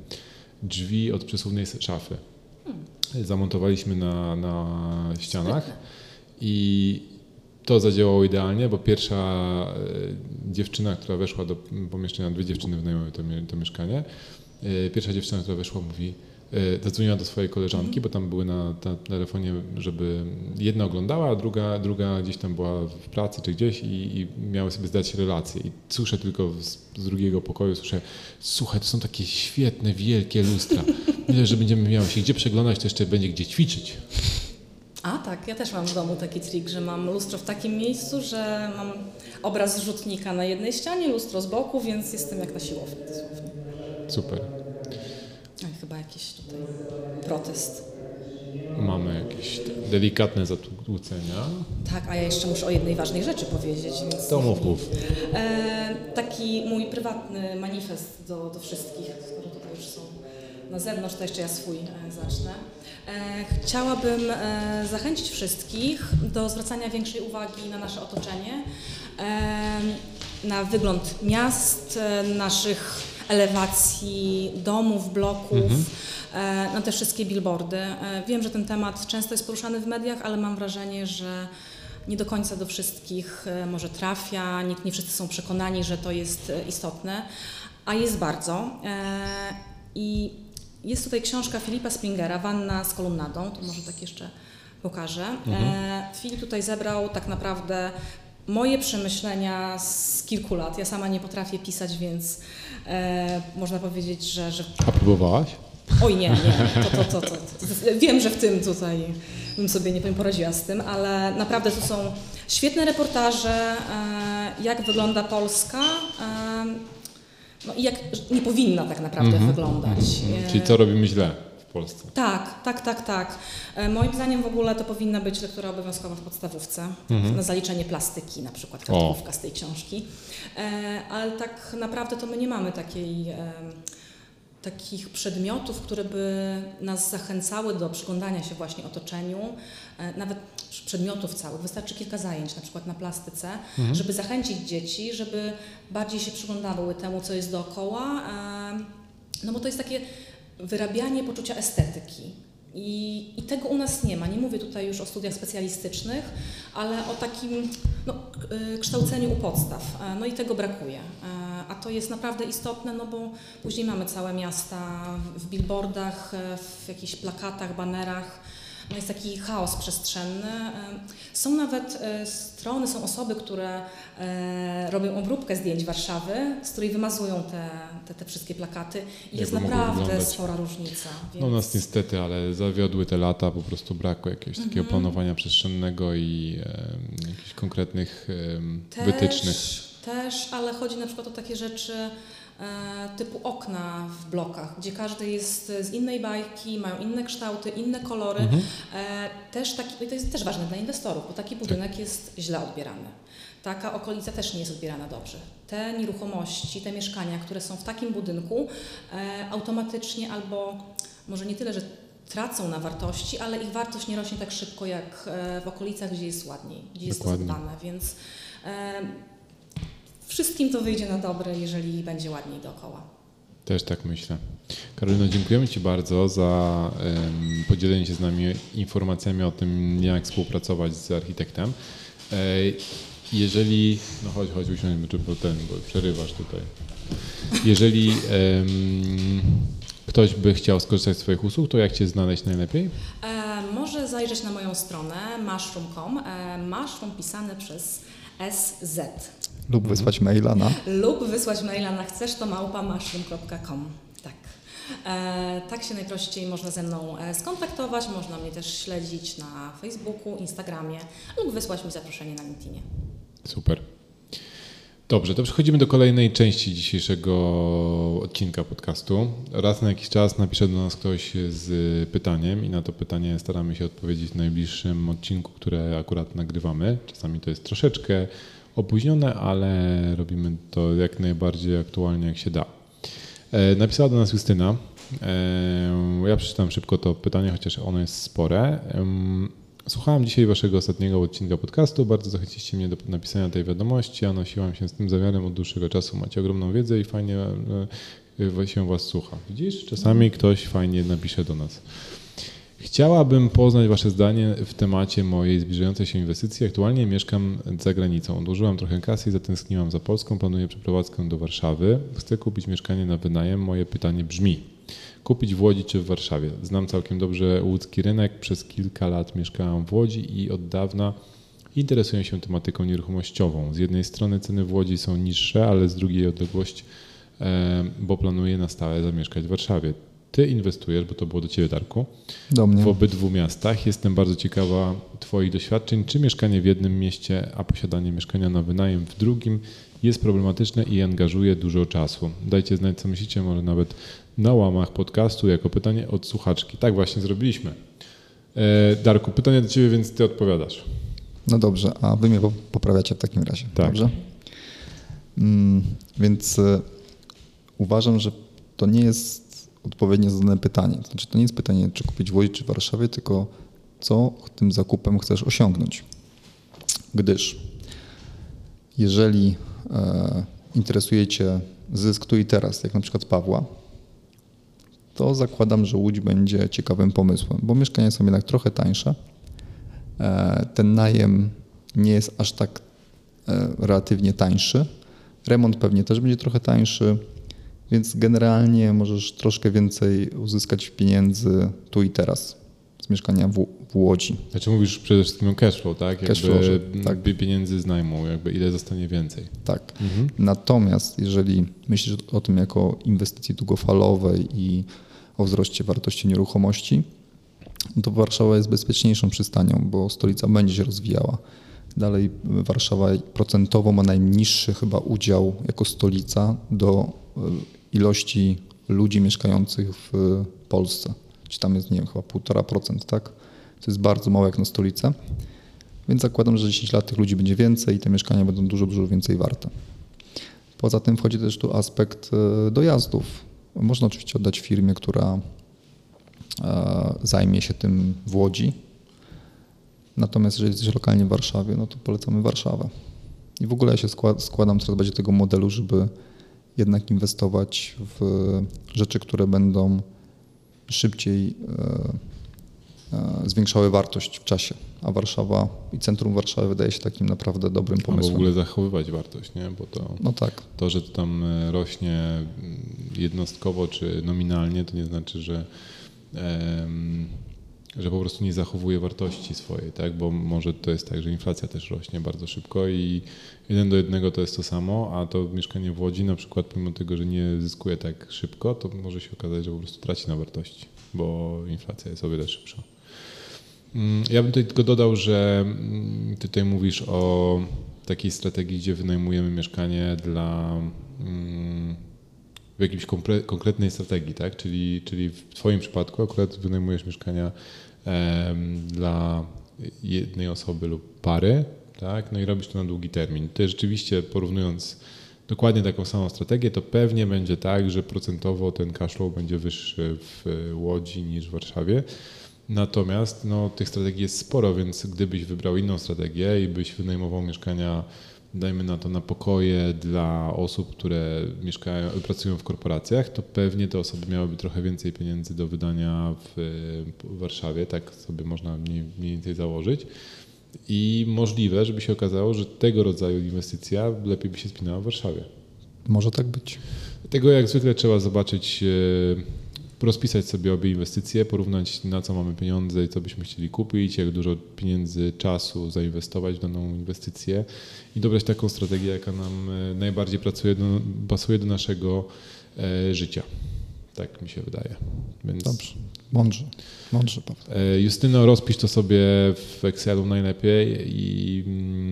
drzwi od przesuwnej szafy. Zamontowaliśmy na, na ścianach i to zadziałało idealnie, bo pierwsza dziewczyna, która weszła do pomieszczenia, dwie dziewczyny wynajmowały to, to mieszkanie, pierwsza dziewczyna, która weszła, mówi, zadzwoniła do swojej koleżanki, mm. bo tam były na, na telefonie, żeby jedna oglądała, a druga, druga gdzieś tam była w pracy czy gdzieś i, i miały sobie zdać relacje. I słyszę tylko z, z drugiego pokoju, słyszę, słuchaj, to są takie świetne, wielkie lustra. Myślę, że będziemy miały się gdzie przeglądać, to jeszcze będzie gdzie ćwiczyć. A tak, ja też mam w domu taki trik, że mam lustro w takim miejscu, że mam obraz rzutnika na jednej ścianie, lustro z boku, więc jestem jak na siłowni dosłownie. Super. A chyba jakiś tutaj protest. Mamy jakieś delikatne zakłócenia. Tak, a ja jeszcze muszę o jednej ważnej rzeczy powiedzieć. Więc to mów, mów. E, taki mój prywatny manifest do, do wszystkich, skoro tutaj już są na zewnątrz, to jeszcze ja swój e, zacznę. E, chciałabym e, zachęcić wszystkich do zwracania większej uwagi na nasze otoczenie, e, na wygląd miast, e, naszych elewacji domów, bloków, Mhm. na te wszystkie billboardy. Wiem, że ten temat często jest poruszany w mediach, ale mam wrażenie, że nie do końca do wszystkich może trafia, nie, nie wszyscy są przekonani, że to jest istotne, a jest bardzo. I jest tutaj książka Filipa Springera, Wanna z kolumnadą, to może tak jeszcze pokażę. Mhm. Filip tutaj zebrał tak naprawdę moje przemyślenia z kilku lat. Ja sama nie potrafię pisać, więc e, można powiedzieć, że, że... A próbowałaś? Oj nie, nie, to, to, to, to, to. Wiem, że w tym tutaj bym sobie nie poradziła z tym, ale naprawdę to są świetne reportaże, e, jak wygląda Polska e, no i jak nie powinna tak naprawdę mm-hmm. wyglądać. Mm-hmm. Czyli co robimy źle w Polsce? Tak, tak, tak, tak. E, moim zdaniem w ogóle to powinna być lektura obowiązkowa w podstawówce, mm-hmm. na zaliczenie plastyki na przykład, kartkówka z tej książki, e, ale tak naprawdę to my nie mamy takiej... E, takich przedmiotów, które by nas zachęcały do przyglądania się właśnie otoczeniu, nawet przedmiotów całych. Wystarczy kilka zajęć, na przykład na plastyce, mhm. żeby zachęcić dzieci, żeby bardziej się przyglądały temu, co jest dookoła, no bo to jest takie wyrabianie poczucia estetyki. I, I tego u nas nie ma. Nie mówię tutaj już o studiach specjalistycznych, ale o takim no, kształceniu u podstaw. No i tego brakuje. A to jest naprawdę istotne, no bo później mamy całe miasta w billboardach, w jakichś plakatach, banerach. No jest taki chaos przestrzenny. Są nawet strony, są osoby, które robią obróbkę zdjęć Warszawy, z której wymazują te, te, te wszystkie plakaty i jest naprawdę spora różnica. Więc... No nas niestety, ale zawiodły te lata, po prostu brakło jakiegoś mm-hmm. takiego planowania przestrzennego i e, jakichś konkretnych e, też, wytycznych. Też, ale chodzi na przykład o takie rzeczy typu okna w blokach, gdzie każdy jest z innej bajki, mają inne kształty, inne kolory. Mhm. Też taki, to jest też ważne dla inwestorów, bo taki budynek jest źle odbierany. Taka okolica też nie jest odbierana dobrze. Te nieruchomości, te mieszkania, które są w takim budynku, automatycznie albo może nie tyle, że tracą na wartości, ale ich wartość nie rośnie tak szybko jak w okolicach, gdzie jest ładniej, gdzie jest to zadbane, więc wszystkim to wyjdzie na dobre, jeżeli będzie ładniej dookoła. Też tak myślę. Karolino, dziękujemy Ci bardzo za um, podzielenie się z nami informacjami o tym, jak współpracować z architektem. E, jeżeli, no chodź, chodź, usiądźmy tu po ten, bo przerywasz tutaj. Jeżeli um, ktoś by chciał skorzystać z Twoich usług, to jak Cię znaleźć najlepiej? E, może zajrzeć na moją stronę mushroom kropka com, e, mushroom pisane przez S Z. Lub wysłać maila na... Lub wysłać maila na chcesz to małpa mushroom kropka com. Tak. E, tak się najprościej można ze mną skontaktować, można mnie też śledzić na Facebooku, Instagramie lub wysłać mi zaproszenie na LinkedInie. Super. Dobrze, to przechodzimy do kolejnej części dzisiejszego odcinka podcastu. Raz na jakiś czas napisze do nas ktoś z pytaniem i na to pytanie staramy się odpowiedzieć w najbliższym odcinku, które akurat nagrywamy. Czasami to jest troszeczkę opóźnione, ale robimy to jak najbardziej aktualnie, jak się da. E, napisała do nas Justyna. E, ja przeczytam szybko to pytanie, chociaż ono jest spore. E, słuchałam dzisiaj waszego ostatniego odcinka podcastu. Bardzo zachęciliście mnie do napisania tej wiadomości. Ja nosiłam się z tym zamiarem od dłuższego czasu. Macie ogromną wiedzę i fajnie e, się was słucha. Widzisz? Czasami ktoś fajnie napisze do nas. Chciałabym poznać wasze zdanie w temacie mojej zbliżającej się inwestycji. Aktualnie mieszkam za granicą. Odłożyłam trochę kasy i zatęskniłam za Polską. Planuję przeprowadzkę do Warszawy. Chcę kupić mieszkanie na wynajem. Moje pytanie brzmi: kupić w Łodzi czy w Warszawie? Znam całkiem dobrze łódzki rynek. Przez kilka lat mieszkałam w Łodzi i od dawna interesuję się tematyką nieruchomościową. Z jednej strony ceny w Łodzi są niższe, ale z drugiej odległość, bo planuję na stałe zamieszkać w Warszawie. Ty inwestujesz, bo to było do Ciebie, Darku, do mnie. W obydwu miastach. Jestem bardzo ciekawa Twoich doświadczeń. Czy mieszkanie w jednym mieście, a posiadanie mieszkania na wynajem w drugim jest problematyczne i angażuje dużo czasu? Dajcie znać, co myślicie, może nawet na łamach podcastu, jako pytanie od słuchaczki. Tak właśnie zrobiliśmy. E, Darku, pytanie do Ciebie, więc Ty odpowiadasz. No dobrze, a Wy mnie poprawiacie w takim razie. Tak. Dobrze? Mm, więc y, uważam, że to nie jest odpowiednio zadane pytanie. To znaczy, to nie jest pytanie, czy kupić w Łodzi, czy w Warszawie, tylko co tym zakupem chcesz osiągnąć. Gdyż jeżeli e, interesuje Cię zysk tu i teraz, jak na przykład Pawła, to zakładam, że Łódź będzie ciekawym pomysłem, bo mieszkania są jednak trochę tańsze. Ten najem nie jest aż tak relatywnie tańszy. Remont pewnie też będzie trochę tańszy, więc generalnie możesz troszkę więcej uzyskać pieniędzy tu i teraz z mieszkania w, w Łodzi. Znaczy mówisz przede wszystkim o cashflow, tak? Jakby Cash flow, tak. Pieniędzy z najmu, jakby ile zostanie więcej. Tak. Mhm. Natomiast jeżeli myślisz o tym jako o inwestycji długofalowej i o wzroście wartości nieruchomości, to Warszawa jest bezpieczniejszą przystanią, bo stolica będzie się rozwijała. Dalej Warszawa procentowo ma najniższy chyba udział jako stolica do ilości ludzi mieszkających w Polsce. Czy tam jest, nie wiem, chyba półtora procent, tak? To jest bardzo mało jak na stolicę. Więc zakładam, że za dziesięć lat tych ludzi będzie więcej i te mieszkania będą dużo, dużo więcej warte. Poza tym wchodzi też tu aspekt dojazdów. Można oczywiście oddać firmie, która zajmie się tym w Łodzi. Natomiast jeżeli jesteś lokalnie w Warszawie, no to polecamy Warszawę. I w ogóle ja się składam coraz bardziej do tego modelu, żeby jednak inwestować w rzeczy, które będą szybciej zwiększały wartość w czasie. A Warszawa i centrum Warszawy wydaje się takim naprawdę dobrym pomysłem. Albo w ogóle zachowywać wartość, nie? Bo to, no tak. to, że to tam rośnie jednostkowo czy nominalnie, to nie znaczy, że em, że po prostu nie zachowuje wartości swojej, tak? Bo może to jest tak, że inflacja też rośnie bardzo szybko i jeden do jednego to jest to samo, a to mieszkanie w Łodzi na przykład pomimo tego, że nie zyskuje tak szybko, to może się okazać, że po prostu traci na wartości, bo inflacja jest o wiele szybsza. Ja bym tutaj tylko dodał, że ty tutaj mówisz o takiej strategii, gdzie wynajmujemy mieszkanie dla w jakiejś konkretnej strategii, tak? Czyli, czyli w twoim przypadku akurat wynajmujesz mieszkania em, dla jednej osoby lub pary, tak? No i robisz to na długi termin. Ty rzeczywiście porównując dokładnie taką samą strategię, to pewnie będzie tak, że procentowo ten cashflow będzie wyższy w Łodzi niż w Warszawie. Natomiast no, tych strategii jest sporo, więc gdybyś wybrał inną strategię i byś wynajmował mieszkania, dajmy na to, na pokoje dla osób, które mieszkają, pracują w korporacjach, to pewnie te osoby miałyby trochę więcej pieniędzy do wydania w Warszawie, tak sobie można mniej, mniej więcej założyć. I możliwe, żeby się okazało, że tego rodzaju inwestycja lepiej by się spinała w Warszawie. Może tak być. Tego jak zwykle trzeba zobaczyć, rozpisać sobie obie inwestycje, porównać na co mamy pieniądze i co byśmy chcieli kupić, jak dużo pieniędzy, czasu zainwestować w daną inwestycję i dobrać taką strategię, jaka nam najbardziej pracuje do, pasuje do naszego e, życia. Tak mi się wydaje. Więc... Dobrze, mądrze, mądrze Paweł. Justyno, rozpisz to sobie w Excelu najlepiej i,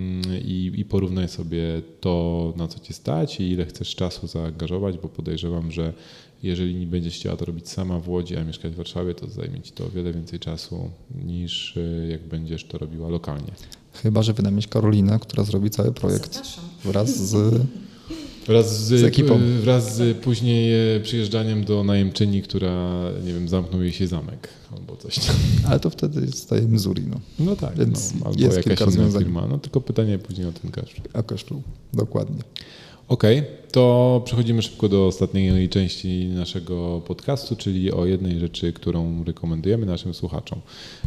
i, i porównaj sobie to, na co cię stać i ile chcesz czasu zaangażować, bo podejrzewam, że jeżeli nie będziesz chciała to robić sama w Łodzi, a mieszkać w Warszawie, to zajmie ci to o wiele więcej czasu niż jak będziesz to robiła lokalnie. Chyba że wynajmiesz Karolinę, która zrobi cały projekt. Zapraszam. Wraz z... Wraz z, z ekipą. Wraz z później przyjeżdżaniem do najemczyni, która, nie wiem, zamknął jej się zamek albo coś tam. Ale to wtedy staje Missouri, no. No tak, Więc no, albo jest jakaś kilka inna rozwiązań. firma. No tylko pytanie później o ten cash. A cash flow, dokładnie. Okej, okay, to przechodzimy szybko do ostatniej części naszego podcastu, czyli o jednej rzeczy, którą rekomendujemy naszym słuchaczom.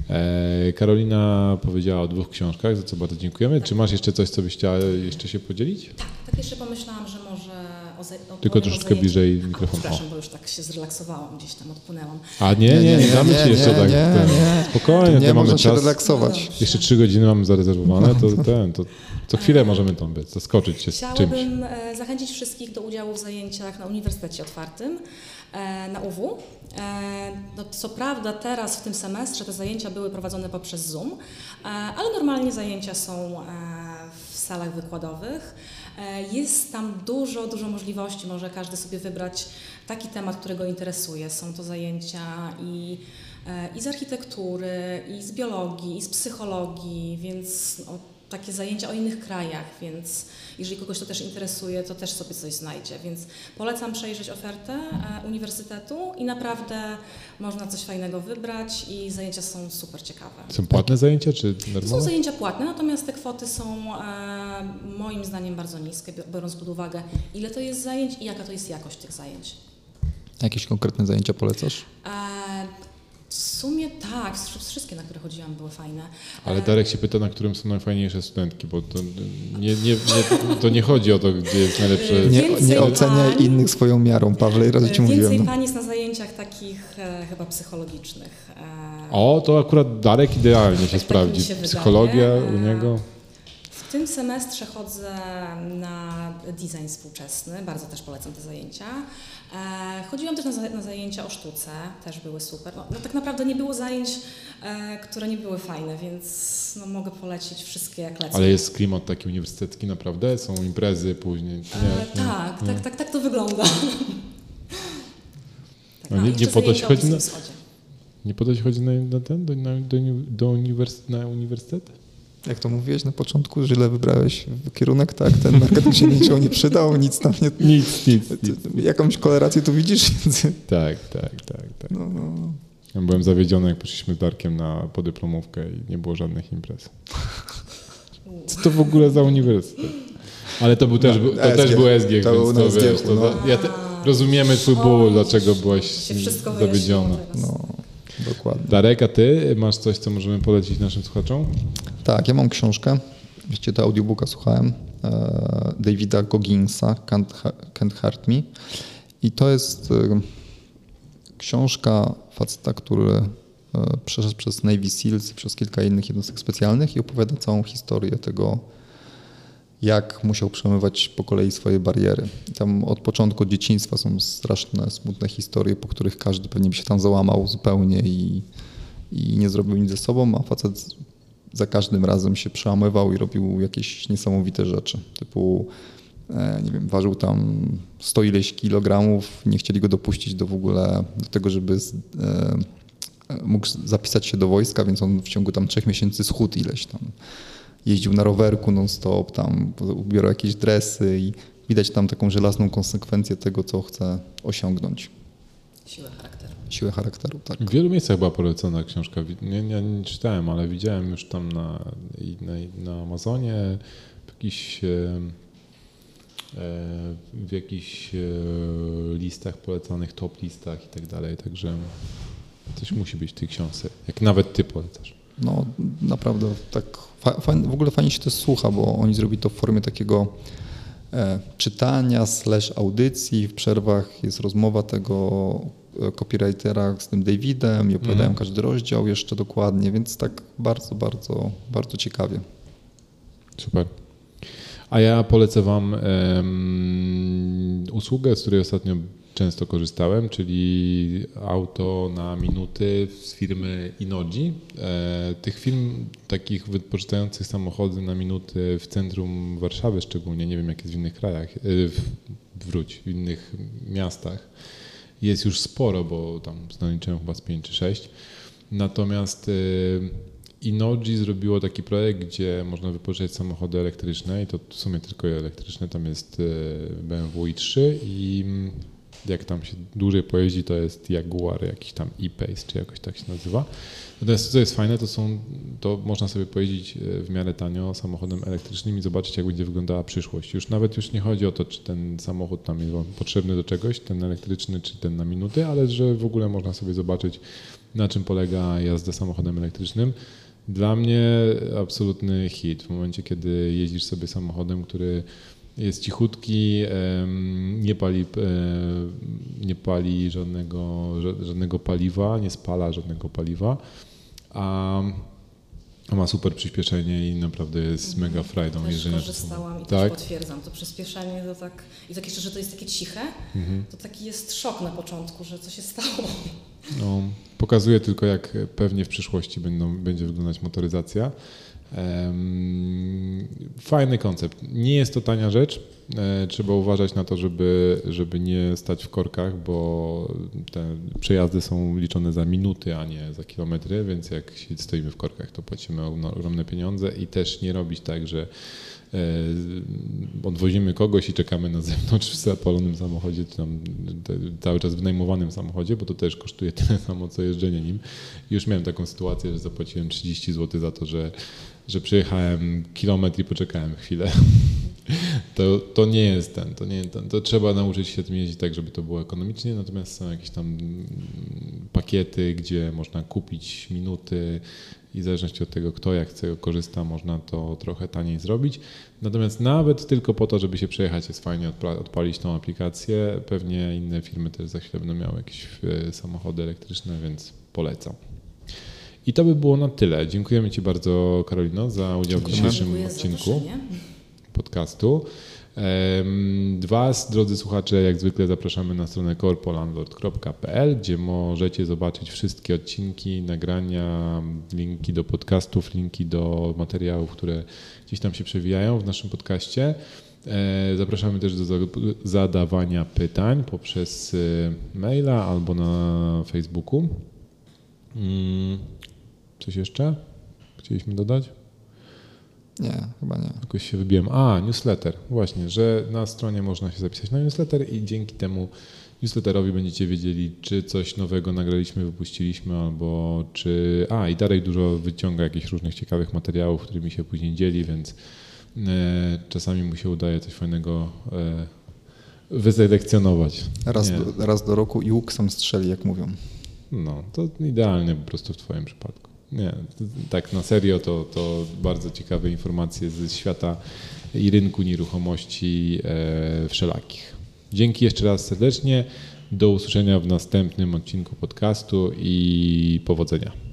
E, Karolina powiedziała o dwóch książkach, za co bardzo dziękujemy. Czy masz jeszcze coś, co byś chciała jeszcze się podzielić? Tak, tak jeszcze pomyślałam, że może o zaj- o Tylko troszeczkę bliżej mikrofonu. Przepraszam, bo już tak się zrelaksowałam, gdzieś tam odpłynęłam. A nie, nie, nie, nie damy ci jeszcze nie, tak. Nie, ten, nie, spokojnie, nie to mamy można się czas. relaksować. No Jeszcze trzy godziny mamy zarezerwowane, to ten, to co chwilę możemy tam być, zaskoczyć się z czymś. Chciałabym zachęcić wszystkich do udziału w zajęciach na Uniwersytecie Otwartym, na U W. No, co prawda teraz w tym semestrze te zajęcia były prowadzone poprzez Zoom, ale normalnie zajęcia są w salach wykładowych. Jest tam dużo, dużo możliwości, może każdy sobie wybrać taki temat, który go interesuje. Są to zajęcia i, i z architektury, i z biologii, i z psychologii, więc no, takie zajęcia o innych krajach, więc jeżeli kogoś to też interesuje, to też sobie coś znajdzie. Więc polecam przejrzeć ofertę e, uniwersytetu i naprawdę można coś fajnego wybrać i zajęcia są super ciekawe. Są płatne zajęcia czy To są darmowe? zajęcia płatne, natomiast te kwoty są e, moim zdaniem bardzo niskie, biorąc pod uwagę, ile to jest zajęć i jaka to jest jakość tych zajęć. Jakieś konkretne zajęcia polecasz? E, w sumie tak, wszystkie, na które chodziłam, były fajne. Ale Darek się pyta, na którym są najfajniejsze studentki, bo to nie, nie, nie, to nie chodzi o to, gdzie jest najlepsze. Nie, Więcej nie oceniaj pań. innych swoją miarą, Pawle, i raz ci Więcej mówiłem. No. pań jest na zajęciach takich e, chyba psychologicznych. E, O, to akurat Darek idealnie się tak mi sprawdzi. się Psychologia wydaje. u niego. W tym semestrze chodzę na design współczesny, bardzo też polecam te zajęcia. E, chodziłam też na, za, na zajęcia o sztuce, też były super. No, no tak naprawdę nie było zajęć, e, które nie były fajne, więc no, mogę polecić wszystkie jak lecą. Ale jest klimat taki uniwersytecki naprawdę? Są imprezy później? Nie, E, nie, tak, nie. tak, tak, tak to wygląda. Tak, No nie- jeszcze nie po to zajęcia się o chodzi na- Bliskim Wschodzie. Nie po to się chodzi na, na ten, do, na, do, do uniwers, na uniwersytet? Jak to mówiłeś na początku, źle wybrałeś kierunek, tak? Ten marketing się niczego nie przydał, nic tam nie... Nic, nic, nic. Jakąś kolerację tu widzisz? Tak, tak, tak, tak. No, no. Ja byłem zawiedziony, jak poszliśmy z Darkiem na podyplomówkę i nie było żadnych imprez. Co to w ogóle za uniwersytet? Ale to był też, No, to S G. też był S G, To więc był to na wiesz, S G, to, no. ja te, rozumiemy twój ból, O, dlaczego widzisz, byłaś się wszystko zawiedziona. wyjaśniło teraz. No, dokładnie. Darek, a ty masz coś, co możemy polecić naszym słuchaczom? Tak, ja mam książkę. Wiecie, to audiobooka słuchałem. e, Davida Gogginsa, Can't, Ha- Can't Hurt Me. I to jest e, książka faceta, który e, przeszedł przez Navy Seals i przez kilka innych jednostek specjalnych i opowiada całą historię tego, jak musiał przemywać po kolei swoje bariery. I tam od początku, od dzieciństwa są straszne, smutne historie, po których każdy pewnie by się tam załamał zupełnie i, i nie zrobił nic ze sobą, a facet za każdym razem się przełamywał i robił jakieś niesamowite rzeczy. Typu, e, nie wiem, ważył tam sto ileś kilogramów, nie chcieli go dopuścić do w ogóle do tego, żeby z, e, mógł zapisać się do wojska, więc on w ciągu tam trzech miesięcy schudł ileś tam. Jeździł na rowerku non-stop, tam ubierał jakieś dresy i widać tam taką żelazną konsekwencję tego, co chce osiągnąć. Siłę charakteru. Siłę charakteru, tak. W wielu miejscach była polecona książka. Nie, nie, nie czytałem, ale widziałem już tam na, i na, na Amazonie w jakichś, e, e, w jakichś e, listach polecanych, top listach i tak dalej. Także coś musi być w tej książce, jak nawet ty polecasz. No naprawdę tak fa- fajnie, w ogóle fajnie się to słucha, bo oni zrobili to w formie takiego e, czytania slash audycji. W przerwach jest rozmowa tego e, copywritera z tym Davidem i opowiadają Mhm. każdy rozdział jeszcze dokładnie, więc tak bardzo, bardzo, bardzo ciekawie. Super. A ja polecę wam em, usługę, z której ostatnio często korzystałem, czyli auto na minuty z firmy Inodzi. E, tych firm takich wypożyczających samochody na minuty w centrum Warszawy szczególnie, nie wiem jak jest w innych krajach, e, w, wróć, w innych miastach, jest już sporo, bo tam znaliczyłem chyba z pięć czy sześć. Natomiast e, Inodzi zrobiło taki projekt, gdzie można wypożyczać samochody elektryczne i to w sumie tylko elektryczne, tam jest e, B M W i trzy i jak tam się dłużej pojeździ, to jest Jaguar, jakiś tam E-Pace, czy jakoś tak się nazywa. Natomiast to, co jest fajne, to są, to można sobie pojeździć w miarę tanio samochodem elektrycznym i zobaczyć, jak będzie wyglądała przyszłość. Już nawet już nie chodzi o to, czy ten samochód tam jest potrzebny do czegoś, ten elektryczny, czy ten na minuty, ale że w ogóle można sobie zobaczyć, na czym polega jazda samochodem elektrycznym. Dla mnie absolutny hit. W momencie, kiedy jeździsz sobie samochodem, który jest cichutki, nie pali, nie pali żadnego, żadnego paliwa, nie spala żadnego paliwa, a ma super przyspieszenie i naprawdę jest mega frajdą Też jeżdżenia. korzystałam i tak? też potwierdzam. To przyspieszenie to tak, i tak jeszcze, że to jest takie ciche, Mhm. to taki jest szok na początku, że co się stało. No, pokazuje tylko, jak pewnie w przyszłości będą, będzie wyglądać motoryzacja. fajny koncept. Nie jest to tania rzecz. Trzeba uważać na to, żeby, żeby nie stać w korkach, bo te przejazdy są liczone za minuty, a nie za kilometry, więc jak stoimy w korkach, to płacimy ogromne pieniądze i też nie robić tak, że odwozimy kogoś i czekamy na zewnątrz w zapalonym samochodzie, czy tam cały czas wynajmowanym samochodzie, bo to też kosztuje tyle samo, co jeżdżenie nim. I już miałem taką sytuację, że zapłaciłem trzydzieści złotych za to, że, że przejechałem kilometr i poczekałem chwilę. To, to nie jest ten, to nie jest ten. To trzeba nauczyć się tym jeździć tak, żeby to było ekonomicznie, natomiast są jakieś tam pakiety, gdzie można kupić minuty i w zależności od tego, kto jak chce korzysta, można to trochę taniej zrobić. Natomiast nawet tylko po to, żeby się przejechać, jest fajnie odpalić tą aplikację. Pewnie inne firmy też za chwilę będą miały jakieś samochody elektryczne, więc polecam. I to by było na tyle. Dziękujemy Ci bardzo, Karolino, za udział w dzisiejszym Dziękuję odcinku podcastu. Was, drodzy słuchacze, jak zwykle zapraszamy na stronę corpolandlord kropka p l, gdzie możecie zobaczyć wszystkie odcinki, nagrania, linki do podcastów, linki do materiałów, które gdzieś tam się przewijają w naszym podcaście. Zapraszamy też do zadawania pytań poprzez maila albo na Facebooku. Coś jeszcze chcieliśmy dodać? Nie, chyba nie. Jakoś się wybiłem. A, newsletter. Właśnie, że na stronie można się zapisać na newsletter i dzięki temu newsletterowi będziecie wiedzieli, czy coś nowego nagraliśmy, wypuściliśmy, albo czy... A, i Darek dużo wyciąga jakichś różnych ciekawych materiałów, którymi się później dzieli, więc e, czasami mu się udaje coś fajnego e, wyselekcjonować. Raz do, raz do roku i łuk sam strzeli, jak mówią. No, to idealnie po prostu w Twoim przypadku. Nie, tak na serio to, to bardzo ciekawe informacje ze świata i rynku nieruchomości e, wszelakich. Dzięki jeszcze raz serdecznie. Do usłyszenia w następnym odcinku podcastu i powodzenia.